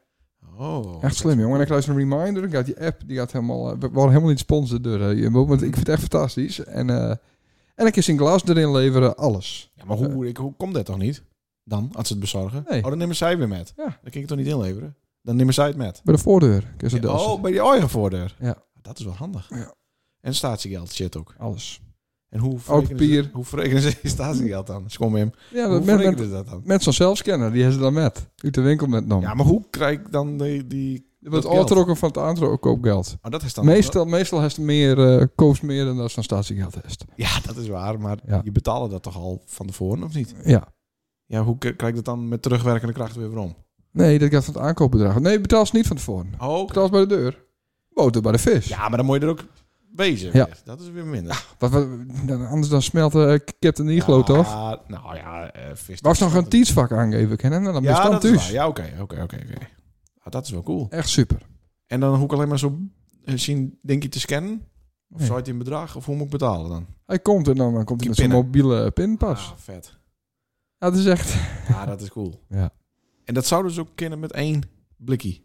Oh, echt slim, jongen. En dan krijg je een reminder. Dan gaat die app, die gaat helemaal... We worden helemaal niet gesponsord door uh, Jumbo, want ik vind het echt fantastisch. En, uh, en dan kun je een glas erin leveren, alles. Ja, maar hoe, ik, hoe komt dat toch niet? Dan, als ze het bezorgen? Nee. Oh, dan nemen zij weer met. Ja. Dan kan ik het toch niet inleveren? Dan nemen zij het met. Bij de voordeur. Ja, oh, bij die eigen voordeur. Ja. Dat is wel handig. Ja. En statiegeld shit ook. Alles. En hoe verrekenen, ze, hoe verrekenen ze statiegeld dan? Schoon hem. Ja, hoe met, verrekenen met, ze dat dan? Met zo'n zelfscanner, die hebben ze dan met. Uit de winkel met nam. Ja, maar hoe krijg ik dan die... die het aftrokken van het aankoopgeld. Oh, dat is dan meestal, meestal heeft het meer, uh, koopt meer dan dat zo'n statiegeld heeft. Ja, dat is waar. Maar ja. je betalen dat toch al van tevoren, of niet? Ja. Ja, hoe krijg ik dat dan met terugwerkende kracht weer waarom? Nee, dat gaat van het aankoopbedrag. Nee, betaal ze niet van tevoren. Oh, okay. Betaal ze bij de deur. Boter bij de vis. Ja, maar dan moet je er ook wezen. Ja. Weer. Dat is weer minder. Ja, wat, wat, anders dan smelt uh, Captain Iglo, ja, toch? Nou ja, uh, vis. Was nog een tietsvak aangeven kennen? Dan ja, dat is dus. waar. Ja, oké, oké, oké. Dat is wel cool. Echt super. En dan hoe ik alleen maar zo zien, denk je te scannen? Of nee. zou je het in bedrag? Of hoe moet ik betalen dan? Hij komt en dan, dan komt hij met zijn mobiele pinpas. Ah, vet. Ja, dat is echt... Ja, dat is cool. Ja. En dat zouden ze ook kennen met één blikkie.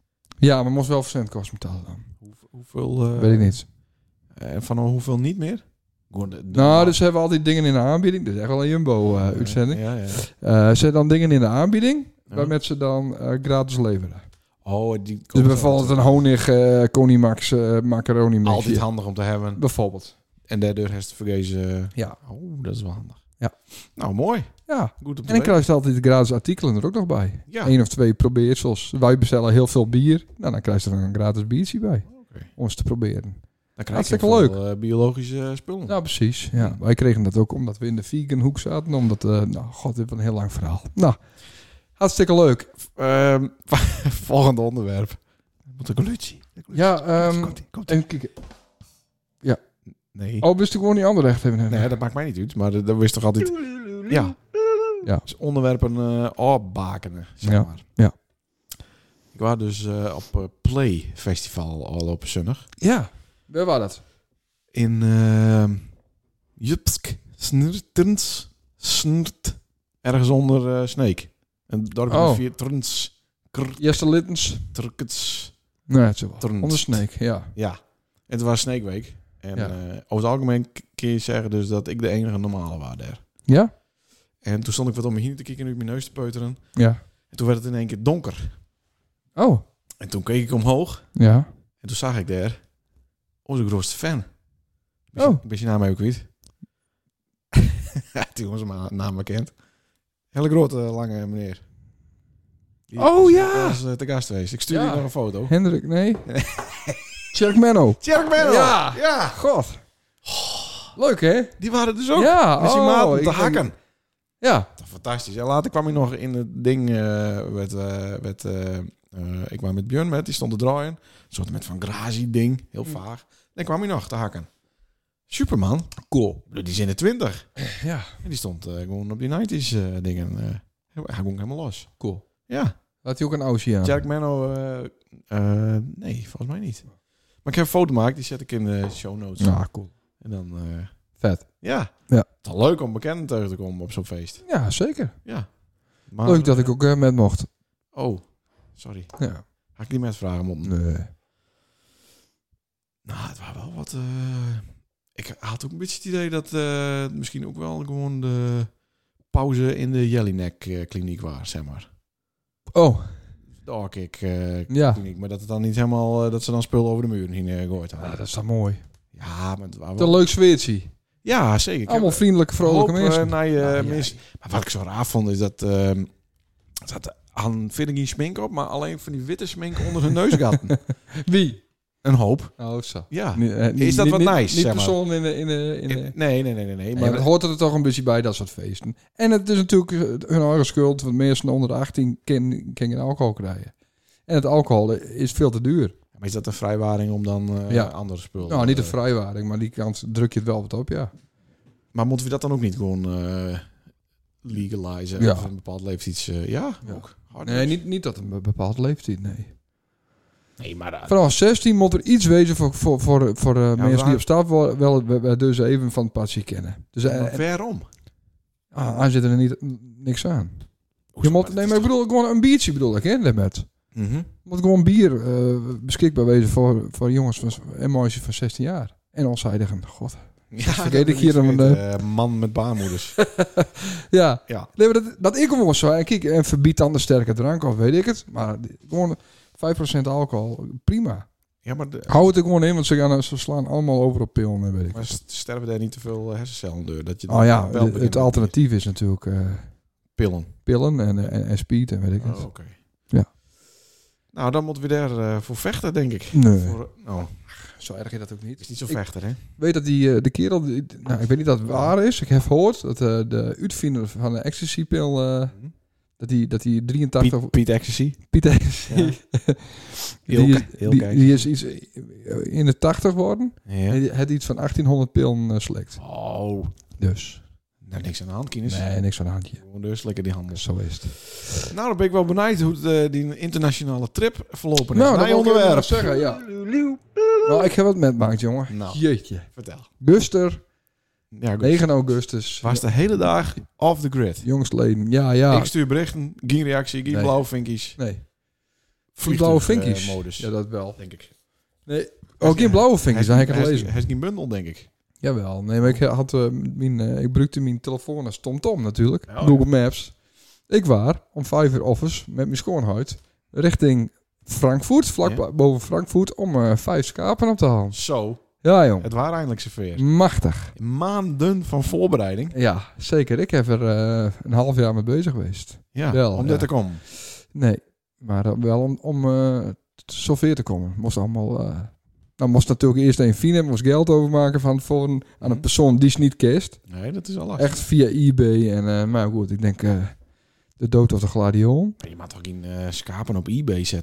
Ja, maar moest wel verzendkosten betalen dan. Hoe, hoeveel... Uh, Weet ik niet. En uh, van hoeveel niet meer? De, de nou, dus hebben we altijd dingen in de aanbieding. Dit is echt wel een Jumbo-uitzending. Uh, ja, ja, ja. uh, ze hebben dan dingen in de aanbieding, ja. waarmee ze dan uh, gratis leveren. Oh, die dus bijvoorbeeld een honig uh, Konimax uh, macaroni mixje. Altijd handig om te hebben. Bijvoorbeeld. En daardoor heeft het vergezen. Ja. Oh, dat is wel handig. Ja. Nou, mooi. Ja. Goed om te en dan krijg je altijd gratis artikelen er ook nog bij. Ja. Eén of twee probeersels. Wij bestellen heel veel bier. Nou, dan krijg je er een gratis biertje bij. Okay. Om eens te proberen. Dan krijg je hartstikke leuk. Veel, uh, biologische spullen. Nou, precies. Ja. Ja. Wij kregen dat ook omdat we in de vegan hoek zaten. Omdat, uh, nou, god, dit was een heel lang verhaal. Nou, hartstikke leuk. Uh, volgende onderwerp. Wat een glutje. Ja, um, komt-ie, komt-ie. even kijken. Ja. Nee. Oh, wist ik gewoon niet ander recht even. Nee, dat maakt mij niet uit. Maar dat, dat wist toch altijd... Ja. Ja. Dus onderwerpen uh, opbakenen, zeg Ja. maar. Ja. Ik was dus uh, op uh, Play Festival al op zondag. Ja. Waar was dat? In uh, Jutsk, Snirtens, Snrt, ergens onder uh, Sneek. En dorpje Oh. met vier Trns, Jester Littens. Trkets. Nee, het is wel. Trns. Onder Snake, ja. Ja. En het was Sneekweek. En Ja. uh, over het algemeen k- kun je zeggen dus dat ik de enige normale was daar. Ja? En toen stond ik wat om me heen te kijken en uit mijn neus te peuteren. Ja. En toen werd het in één keer donker. Oh. En toen keek ik omhoog. Ja. En toen zag ik daar onze grootste fan. Ben je, Oh. ben je naam even kwijt? Die onze ma- naam bekend. Hele grote, lange meneer. Die Oh, is- ja! was uh, te gast geweest. Ik stuur Ja. je nog een foto. Hendrik, nee. Tjerk Menno. Tjerk Menno! Ja. Ja! God. Leuk, hè? Die waren dus ook. Ja. Met zijn oh, maten ik te denk- hakken. Ja. Fantastisch. En later kwam ik nog in het ding. Uh, met, uh, met, uh, uh, ik kwam met Björn met, die stond te draaien. Een soort met van Grazi ding. Heel vaag. Dan kwam hij nog te hakken. Superman. Cool. Die is in de twintig. Ja. En die stond uh, gewoon op die nineties uh, dingen. Uh, hij ging helemaal los. Cool. Ja. Had hij ook een Aussie aan? Jack Menno. Uh, uh, nee, volgens mij niet. Maar ik heb een foto gemaakt. Die zet ik in de show notes. Ja, cool. En dan... Uh, Vet. ja. Ja. Het is wel leuk om bekenden tegen te komen op zo'n feest. Ja, zeker. Ja. Maar, Leuk dat ik ook uh, met mocht. Oh, sorry. Ja. Ga ik niet met vragen om. Nee. Nou, het was wel wat... Uh, ik had ook een beetje het idee dat uh, misschien ook wel gewoon de pauze in de Jellinek uh, kliniek was, zeg maar. Oh. De Orkik uh, Ja. kliniek. Maar dat het dan niet helemaal... Uh, dat ze dan spullen over de muur heen uh, gegooid hadden. Ja, dat is dan mooi. Ja, maar het was Wat wel... een leuk sfeertje. Ja, zeker. Ik Allemaal heb vriendelijke, vrolijke een hoop, mensen. Uh, naar je Ah, ja, mensen. Maar wat ik zo raar vond is dat... Uh, zat aan verder geen smink op, maar alleen van die witte smink onder hun neusgaten. Wie? Een hoop. Oh, zo. Ja. Nee, eh, Is dat niet, wat niet, nice, Niet zeg maar? persoon in de... In de, in de... In- nee, nee, nee, nee. nee. Nee, Maar maar het hoort er toch een beetje bij, dat soort feesten. En het is natuurlijk hun eigen schuld, want mensen onder de achttien kunnen geen alcohol krijgen. En het alcohol is veel te duur. Maar is dat een vrijwaring om dan uh, Ja. andere spullen? Nou, niet de uh, vrijwaring, maar die kant druk je het wel wat op, ja. Maar moeten we dat dan ook niet gewoon uh, legalizen? Ja. Of een bepaald leeftijd? Uh, ja, Ja. ook. Hard Nee, niet, niet dat een bepaalde leeftijd, nee. Nee, maar... Uh, Vanaf zestien moet er iets wezen voor, voor, voor, voor uh, mensen waar- die op stap wel, wel, wel dus even van het padje kennen. Dus uh, maar waarom? ah, hij zit er niet, niks aan. Hoezo? Je moet, dat nee, is maar ik toch- bedoel, gewoon een biertje bedoel ik, hè, daarmet. Mhm. Er moet gewoon bier uh, beschikbaar wezen voor, voor jongens van, en meisjes van zestien jaar. En onzijdigen. God. Ja, vergeet dat ik hier is een, weer, uh, man met baarmoeders. Ja. Ja. Nee, maar dat, dat ik gewoon zo. En kijk, en verbied dan de sterke drank of weet ik het. Maar die- gewoon vijf procent alcohol, prima. Ja, maar, de, Hou het er gewoon in, want ze, gaan, ze slaan allemaal over op pillen en weet ik maar het. sterven daar niet te veel hersencellen door? Dat je Oh ja, wel het, het alternatief is natuurlijk uh, pillen. pillen en, en, en speed en weet ik het. Oh, oké. Ja. Nou, dan moeten we daar uh, voor vechten, denk ik. Nee. Voor, oh, Zo erg is dat ook niet. is niet zo Ik vechter, hè? weet dat die, uh, de kerel, die, nou, ik weet niet dat het waar is. Ik heb gehoord dat uh, de uitvinder van de ecstasy-pil, uh, dat die, dat die drieëntachtig... Piet, Piet Ecstasy. Piet Ecstasy. Ja. die, Ilke, is, Ilke die, die is iets in de tachtig geworden. Ja. En die had iets van achttienhonderd pillen uh, slikt. Oh, Dus. nou niks aan de hand, Kines. Nee, niks aan de handje. Gewoon dus lekker die handen. Zo is het. Nou, dan ben ik wel benieuwd hoe het, uh, die internationale trip verlopen is. Nou, Naar dat je wil ik even onderwerp. zeggen, ja. Nou, ik heb wat metmaakt, jongen. Nou. Jeetje. Vertel. Guster, Ja, goed. negen augustus. Was de hele dag off the grid. Jongstleden. Ja, ja. Ik stuur berichten, geen reactie, geen Nee. blauwe vinkies. Nee. Vliegtuig, Blauwe eh, vinkjes. modus, Ja, dat wel. denk ik. Nee. Oh, geen blauwe vinkjes. Dan heb ik het Hij is- gelezen. Hij is geen bundel, denk ik. Jawel. Nee, maar ik had uh, mijn, uh, ik gebruikte mijn telefoon als TomTom natuurlijk. Oh, Google Maps. Ik waar om vijf uur offers met mijn schoonhuid richting Frankfurt, vlak Ja. bo- boven Frankfurt, om uh, vijf schapen op te halen. Zo, Ja, jong. het waren eindelijk zover. Machtig. Maanden van voorbereiding. Ja, zeker. Ik heb er uh, een half jaar mee bezig geweest. Ja, Wel, om ja. dit te komen. Nee, maar uh, wel om, om uh, zover te komen. Moest allemaal... Uh, nou, moest natuurlijk eerst een fine, moest geld overmaken van voor een, aan een Mhm. persoon die ze niet kist. Nee, dat is al lastig. Echt via eBay. En, uh, maar goed, ik denk uh, de dood of de gladiolen. Je mag toch geen uh, schapen op eBay zetten?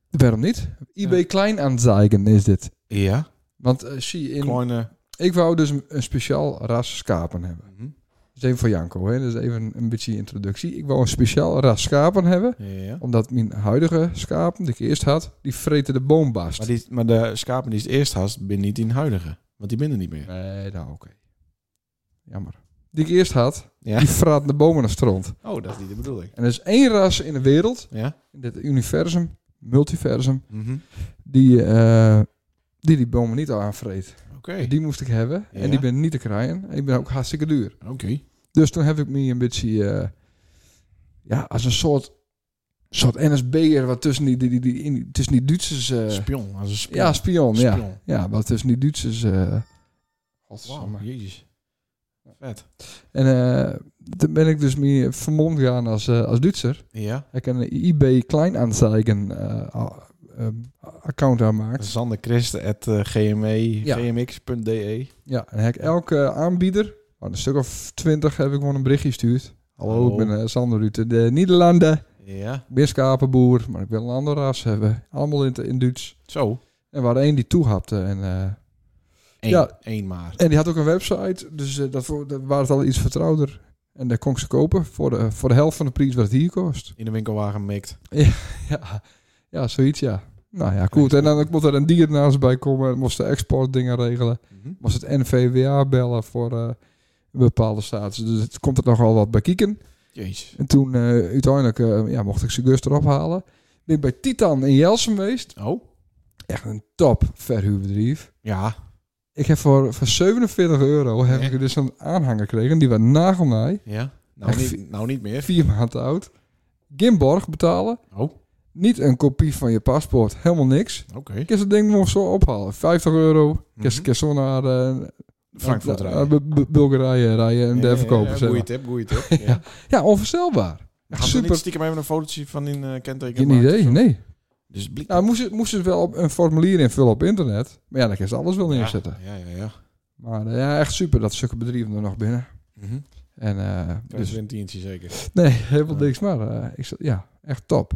Waarom niet? eBay Ja. Kleinanzeigen is dit. Ja. Want uh, zie in... Kleine... Ik wou dus een, een speciaal ras schapen hebben. Mhm. Dat is even voor Janko, hè? Dat is even een beetje introductie. Ik wou een speciaal ras schapen hebben. Ja. Omdat mijn huidige schapen, die ik eerst had, die vreten de boombast. Maar, die, maar de schapen die het eerst had, ben niet in huidige. Want die binnen niet meer. Nee, nou oké. Jammer. Die ik eerst had, Ja. die vraten de bomen naar stront. Oh, dat is niet de bedoeling. En er is één ras in de wereld, Ja. in dit universum, multiversum, Mhm. die, uh, die die bomen niet aanvreet. Oké. Die moest ik hebben. Ja. En die ben niet te krijgen. En die ben ook hartstikke duur. Oké. Dus toen heb ik me een beetje... Uh, ja, als een soort... soort N S B'er wat tussen die, die, die, die, die, tussen die Duitsers... Uh, Spion. Als een spion. ja, spion. Ja, Spion. ja, wat tussen die Duitsers... Uh, Wow, jezus. Vet. En uh, toen ben ik dus mee vermomd gaan als, uh, als Duitser. Ja. Ik heb een eBay Kleinanzeigen uh, uh, account aanmaakt. Sander Christen at g m e Ja. g m x punt d e. Ja, en heb ik elke aanbieder, oh, een stuk of twintig, heb ik gewoon een berichtje gestuurd. Hallo, Hallo. ik ben uh, Sander uit de Nederlanden. Ja. Ik ben schapenboer, maar ik wil een ander ras hebben. Allemaal in, in Duits. Zo. En waar één die toe hapte. En, uh, Eén, Ja. één maar. en die had ook een website, dus uh, dat, voor, dat was het al iets vertrouwder. En daar kon ik ze kopen voor de, voor de helft van de prijs wat het hier kost. In de winkelwagen mikt. Ja, ja, zoiets, ja. Nou ja, goed. En dan moet er een dier naast bij komen. Moest de exportdingen regelen. Mhm. Moest het N V W A bellen voor uh, een bepaalde status. Dus het komt er nogal wat bij kieken. Jezus. En toen uh, uiteindelijk uh, ja, mocht ik ze Gus erop halen. Ben ik bij Titan in Jelsen geweest. Oh. Echt een top verhuurbedrijf. Ja. Ik heb voor, voor zevenenveertig euro heb Nee. ik dus een aanhanger gekregen. Die was nagelnaai. Ja. Nou Echt niet, nou niet meer. Vier maanden oud. Geen borg betalen. Oh. Niet een kopie van je paspoort. Helemaal niks. Oké. Ik kan dat ding nog zo ophalen. vijftig euro. Ik Mhm. kan zo naar uh, Frankfurt uh, rijden. Bu- Bu- Bulgarije rijden en daar verkopen. Ja, zeg goeie maar. tip, goeie tip. Ja. Ja. Ja, onvoorstelbaar. Gaan ze Super. niet stiekem even een fotootje van in uh, kenteken Geen maken? idee, nee. Dus blik. Nou, moesten moest ze wel op een formulier invullen op internet. Maar ja, dan kan je alles wel neerzetten. Ja, ja, ja. Maar uh, ja, echt super dat zulke bedrijven er nog binnen. Mhm. En uh, Krijg dus, je een tientje zeker. nee, helemaal Ja. niks. Maar uh, ik, zat- ja, echt top.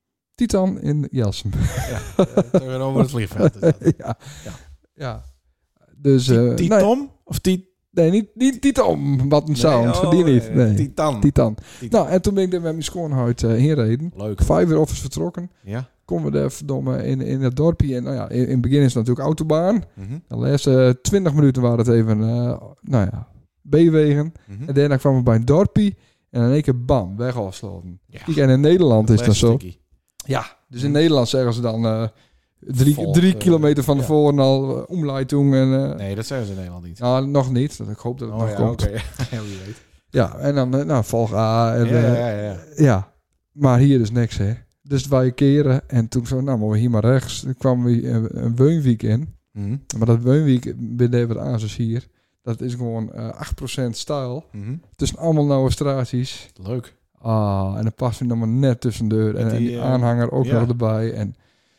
Titan in Jelsen. Ja. uh, weer over het vliegveld. is dat. ja. Ja. ja. Dus, uh, Ti- nee, Titom? Of Tiet? nee, niet, niet Titan. Wat een sound. Nee, oh, die niet. Nee. Titan. Titan. Titan. Nou, en toen ben ik er met mijn schoonhuid uh, heen reden. Leuk. Vijf uur of is vertrokken. Ja. Komen we daar verdomme in, in het dorpje. En nou ja, in, in het begin is het natuurlijk autobaan. Mhm. De laatste twintig minuten waren het even, uh, nou ja, B-wegen. Mhm. En daarna kwamen we bij een dorpje. En in één keer bam, weg afsloten. Ja. Kijk, en in Nederland is dat zo. Plastic. Ja, dus in Nederland zeggen ze dan uh, drie, Volg, drie uh, kilometer van ja. tevoren al uh, omleitung. En, uh, Nee, dat zeggen ze in Nederland niet. nou, nog niet. Ik hoop dat het Oh nog ja, komt. oké. Ja, wie weet. Ja, en dan, uh, nou, volg A. En, Ja, uh, ja, ja, ja. ja, maar hier is niks, hè. Dus wij keren en toen zo, nou, maar we hier maar rechts. Toen kwamen we een, een woonwiek in. Mhm. Maar dat woonwiek binnen we aan zoals hier. Dat is gewoon uh, acht procent stijl. Mhm. Tussen allemaal nauwe straatjes. Leuk. Ah, en dan past hij nog maar net tussendoor. En, Met en die, die uh, aanhanger ook ja. nog erbij. En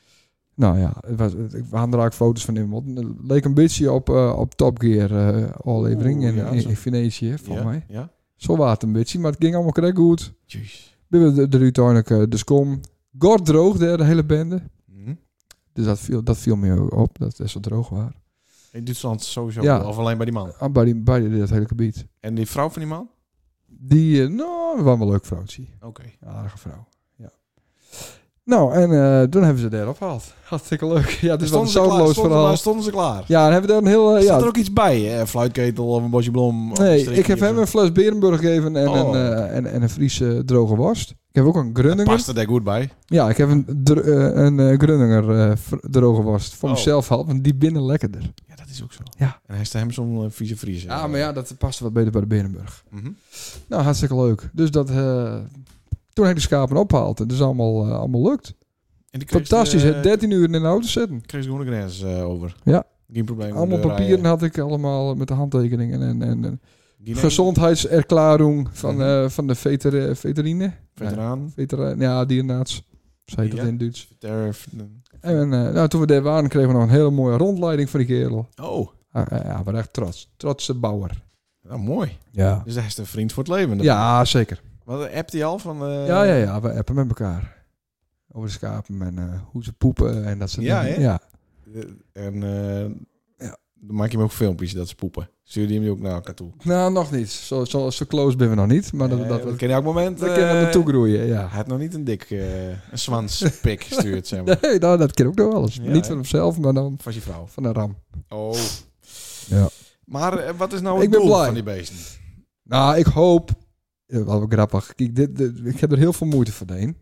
nou ja, het was, het, we hadden er ook foto's van in. Het leek een beetje op, uh, op Top Gear uh, aflevering Oeh, in, ja, in, zo. in Venetië, voor Ja, mij. ja. Zo was het een beetje, maar het ging allemaal correct goed. Jeez. We hebben er uiteindelijk uh, de skom. Gord droog daar, de hele bende. Mhm. Dus dat viel, dat viel me ook op, dat het zo droog was. In Duitsland sowieso. Ja. Of alleen bij die man. Ah, bij, die, bij die, dat hele gebied. En die vrouw van die man? Die, uh, nou, was wel een leuk vrouwtje. Oké. Aardige vrouw, ja. Nou, en uh, toen hebben ze daar opgehaald. Hartstikke leuk. Ja, het is wel een zoutloos verhaal. Stonden ze klaar? Ja, dan hebben we daar een heel... Uh, Zat ja, er ook iets bij? Een fluitketel of een bosje bloem? of een nee, strikje ik heb of hem zo? een fles Berenburg gegeven en, Oh, een, oké. uh, en, en een Friese droge worst. Ik heb ook een Dat Grunninger. past er daar goed bij. Ja, ik heb een, dr- uh, een uh, Grunninger uh, v- droge worst. Voor Oh. mezelf al, want die binnen lekkerder. Ja, dat is ook zo. Ja. En hij staat hem zo'n uh, vieze vriezer. Ja, maar ja, dat past wat beter bij de Berenburg. Mhm. Nou, hartstikke leuk. Dus dat... Uh, toen heb ik de schapen opgehaald. En dat is allemaal, uh, allemaal lukt. En die kreeg Fantastisch, de, hè? dertien uur in de auto zitten. kreeg ze gewoon de grens uh, over. Ja. Geen probleem. Allemaal om te papieren rijden. had ik allemaal met de handtekeningen. En, en, en Geen gezondheidserklaring van, Mhm. uh, van de veter, veterine. Veteraan. Nee, veteraan. Ja, dierenarts. Zei dat Ja. in het Duits. Verterf. En uh, nou, toen we daar waren, kregen we nog een hele mooie rondleiding van die kerel. Oh, Uh, uh, ja, we waren echt trots. Trotse bouwer. nou mooi. Ja. Dus hij is een vriend voor het leven. Ja, zeker. Wat appt hij al van... Uh, Ja, ja, ja. We appen met elkaar. Over de schapen en uh, hoe ze poepen en dat soort Ja, dingen. hè? Ja, En uh, Ja. dan maak je hem ook filmpjes dat ze poepen. Stuur je hem ook naar elkaar toe. nou, nog niet. Zo, zo, zo close ben we nog niet. Maar dat, Eh, dat, dat dat, kan je elk moment... dat kan je eh, naartoe groeien, ja. Hij had nog niet een dik uh, een zwanspik gestuurd, zeg maar. Nee, nou, dat kan ook nog wel eens. Ja, niet hè? van hemzelf, maar dan Van je vrouw. van een ram. Oh. Ja. Maar uh, wat is nou het Ik ben doel blij. van die beesten? Nou, ik hoop... Ja, wel grappig. Kijk, dit, dit, ik heb er heel veel moeite voor deen.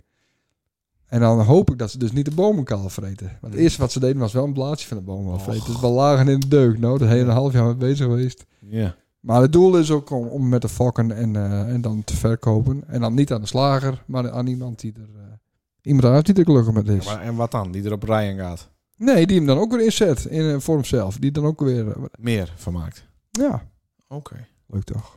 En dan hoop ik dat ze dus niet de bomen kaal vreten. Want het eerste wat ze deden was wel een blaadje van de boom afvreten. Dus wel lagen in de deuk. Nou, dat hele half jaar mee bezig geweest. Ja. Maar het doel is ook om, om met de fokken en, uh, en dan te verkopen. En dan niet aan de slager, maar aan iemand die er... Uh, iemand uit die er gelukkig met is. Ja, maar, en wat dan? Die er op rijen gaat? Nee, die hem dan ook weer inzet in uh, voor hemzelf. Die dan ook weer... Uh, Meer van maakt? ja. Oké. Okay. Leuk toch.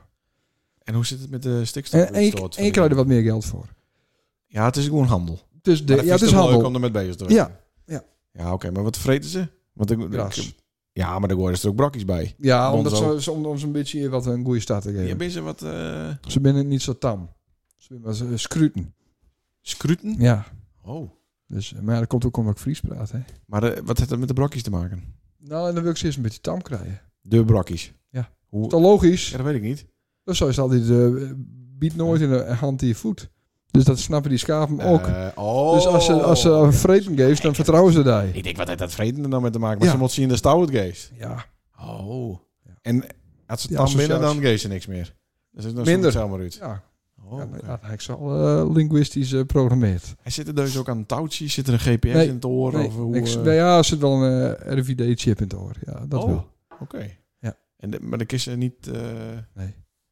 En hoe zit het met de stikstof? En, en, je, en je krijgt er wat meer geld voor. Ja, het is gewoon handel. Dus de, Maar ja, het is toch handel. leuk om er met bezig te Ja. Ja. Ja, oké. Okay, maar wat vreten ze? Want ik, Gras. ik, ja, maar daar worden er ook brokjes bij. Ja, Want omdat zo- ze, om, om ze een beetje wat een goede start te geven. Ja, ben je wat uh, Ze zijn niet zo tam. Ze zijn wel uh, scruten. scruten? Ja. Oh. Dus, maar ja, dat komt ook omdat ik Fries praat. Hè. Maar uh, wat heeft dat met de brokjes te maken? Nou, en dan wil ik ze eerst een beetje tam krijgen. De brokjes? Ja. Hoe? Is dat logisch? Ja, dat weet ik niet. Dus zo is het altijd, uh, biedt nooit in de hand in je voet. Dus dat snappen die schapen ook. Uh, oh. Dus als ze, als ze vreten geeft, dan vertrouwen ze daar. Ik denk, wat heeft dat vreten er dan mee te maken? Maar Ja. ze moet zien de stout geest. Ja. Oh. Ja. En als ze Die dan binnen, associatie. dan geeft ze niks meer. Dus is nog Minder. zo maar uit. Ja. Oh, Ja, oké. okay. ja, hij is al uh, linguistisch geprogrammeerd. Hij zit er dus ook aan een touwtje? Zit er een G P S Nee, in het oor? Nee, of hoe, niks. uh, Nee, ja, er zit wel een uh, R F I D-chip in het oor. Ja, dat oh, wel. Oké. Okay. Ja. En de, maar de kist niet... Uh, Nee.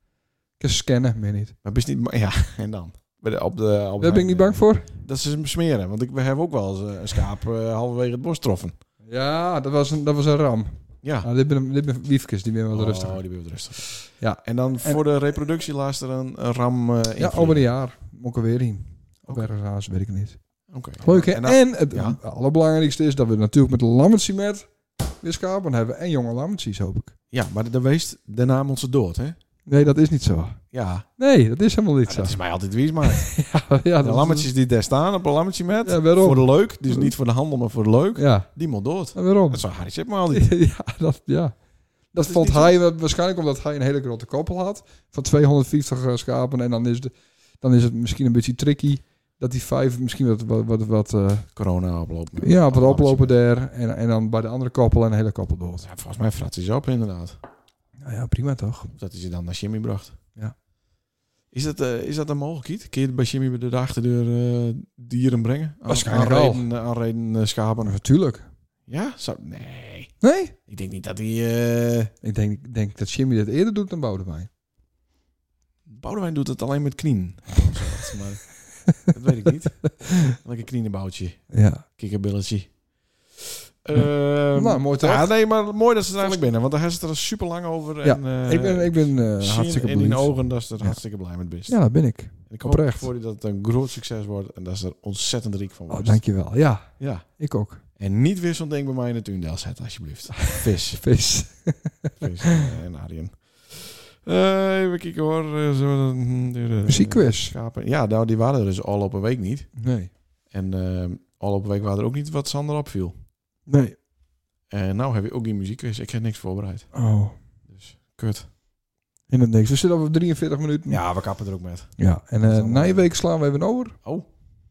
Ik kan scannen, meer niet. maar best niet... Ja, en dan? Bij de, op de, op Daar ben ik niet bang voor. Dat ze hem smeren. Want ik, we hebben ook wel eens uh, een schaap uh, halverwege het bos getroffen. Ja, dat was een, dat was een ram. Ja. Nou, dit ben, dit ben wiefjes, die ben wat oh, rustiger. die ben wat rustig. Ja. En dan En- voor de reproductie laat er een, een ram uh, in. Ja, over een jaar. Moet ik er weer in. Of Oké. ergens aan, weet ik niet. Oké. Leuk, hè? En dan- En het ja. allerbelangrijkste is dat we natuurlijk met de lammetsie met weer schapen hebben. En jonge lammetsies, hoop ik. Ja, maar de weest, daarna moet ze dood, hè? Nee, dat is niet zo. Ja. Nee, dat is helemaal niet Ja, zo. dat is mij altijd wies, maar ja, ja, de dat lammetjes die daar staan op een lammetje met, Ja, waarom? voor de leuk, dus niet voor de handel, maar voor de leuk, Is, ja, die moet dood. en waarom? Dat zou Harry Chip maar al niet. ja, dat, ja. Dat is vond niet zo. hij wa- waarschijnlijk omdat hij een hele grote koppel had. Van tweehonderdvijftig uh, schapen. En dan is, de, dan is het misschien een beetje tricky. Dat die vijf misschien wat, wat, wat, wat uh, Corona oplopen. ja, wat Lammetje oplopen met. daar. En, en dan bij de andere koppel een hele koppel dood. Ja, volgens mij frat hij ze op, inderdaad. Nou ja, prima toch? Dat hij ze dan naar Jimmy bracht. Ja. Is dat, uh, is dat een mogelijkheid? Kun je bij Jimmy bij de achterdeur uh, dieren brengen? Aan- Waarschijnlijk wel. aanreden, uh, aanreden uh, schapen. Natuurlijk. Ja? Zou, nee. Nee? Ik denk niet dat hij... Uh... Ik denk, ik denk dat Jimmy dit eerder doet dan Boudewijn. Boudewijn doet het alleen met knien. maar dat weet ik niet. Lekker knienenboutje. Ja. Kikkerbilletje. Uh, Nou, mooi toch? Ja, nee, maar mooi dat ze er eigenlijk binnen. Want daar hebben ze er super lang over. Ja, En, uh, ik ben, ik ben uh, zien hartstikke in die benieuwd. ogen dat ze er Ja. hartstikke blij mee bent. Ja, dat ben ik. En ik hoop oprecht. voor je dat het een groot succes wordt. En dat ze er ontzettend riek van Oh, wordt. dankjewel. Ja, Ja. ik ook. En niet weer zo'n ding bij mij in het tuindel zetten, alsjeblieft. Vis. Vis. Vis uh, en Arjen. Uh, even kijken hoor. Uh, zo, uh, de- Muziekquiz. Schapen. Ja, nou, die waren er dus al op een week niet. Nee. En uh, al op een week waren er ook niet wat Sander opviel. Nee. En nou heb je ook die muziekquiz. Ik heb niks voorbereid. Oh. Dus kut. In het niks. We zitten over drieënveertig minuten. Ja, we kappen er ook met. Ja. En Dat is uh, allemaal- na je week slaan we even over. Oh,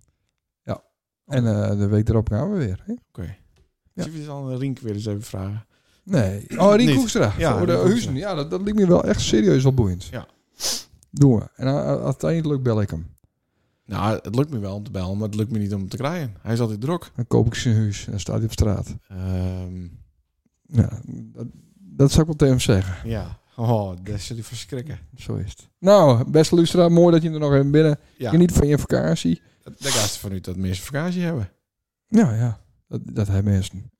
En uh, de week erop gaan we weer. Hè? oké. Okay. Ja. Zie je dan Rink weer eens even vragen? Nee. Oh, Rien Niet. Koekstra. Ja, voor de Rien Huizen. Ja, dat, dat liep me wel echt serieus wel boeiend. Ja. Doen we. En uh, uiteindelijk bel ik hem. Nou, het lukt me wel om te bellen, maar het lukt me niet om te krijgen. Hij is altijd druk. Dan koop ik zijn huis. En dan staat hij op straat. Ehm, Ja, dat, dat zou ik wel tegen hem zeggen. ja. Oh, dat zul je verschrikken. Zo is het. Nou, beste luisteraar, mooi dat je er nog even binnen. Ja. Geniet van je vakantie. Daar gaat ze vanuit dat mensen vakantie hebben. Ja, ja. Dat, dat hebben mensen.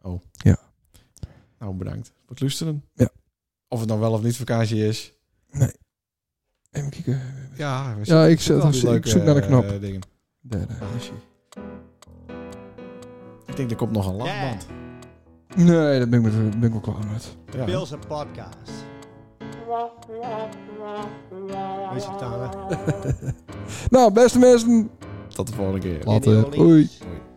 Nou, bedankt voor het luisteren. Ja. Of het dan wel of niet vakantie is. Even kijken. Ja, we Ja, ik, zitten zet, al ik, die leuke, zoek naar de knop. eh, dingen. Derde. Ik denk, er komt nog een lachband. Nee, daar ben ik, met, ben ik wel klaar met. Ja. Bill's a podcast. Wees je tanden. Nou, beste mensen, tot de volgende keer. Later. Hoi. Hoi.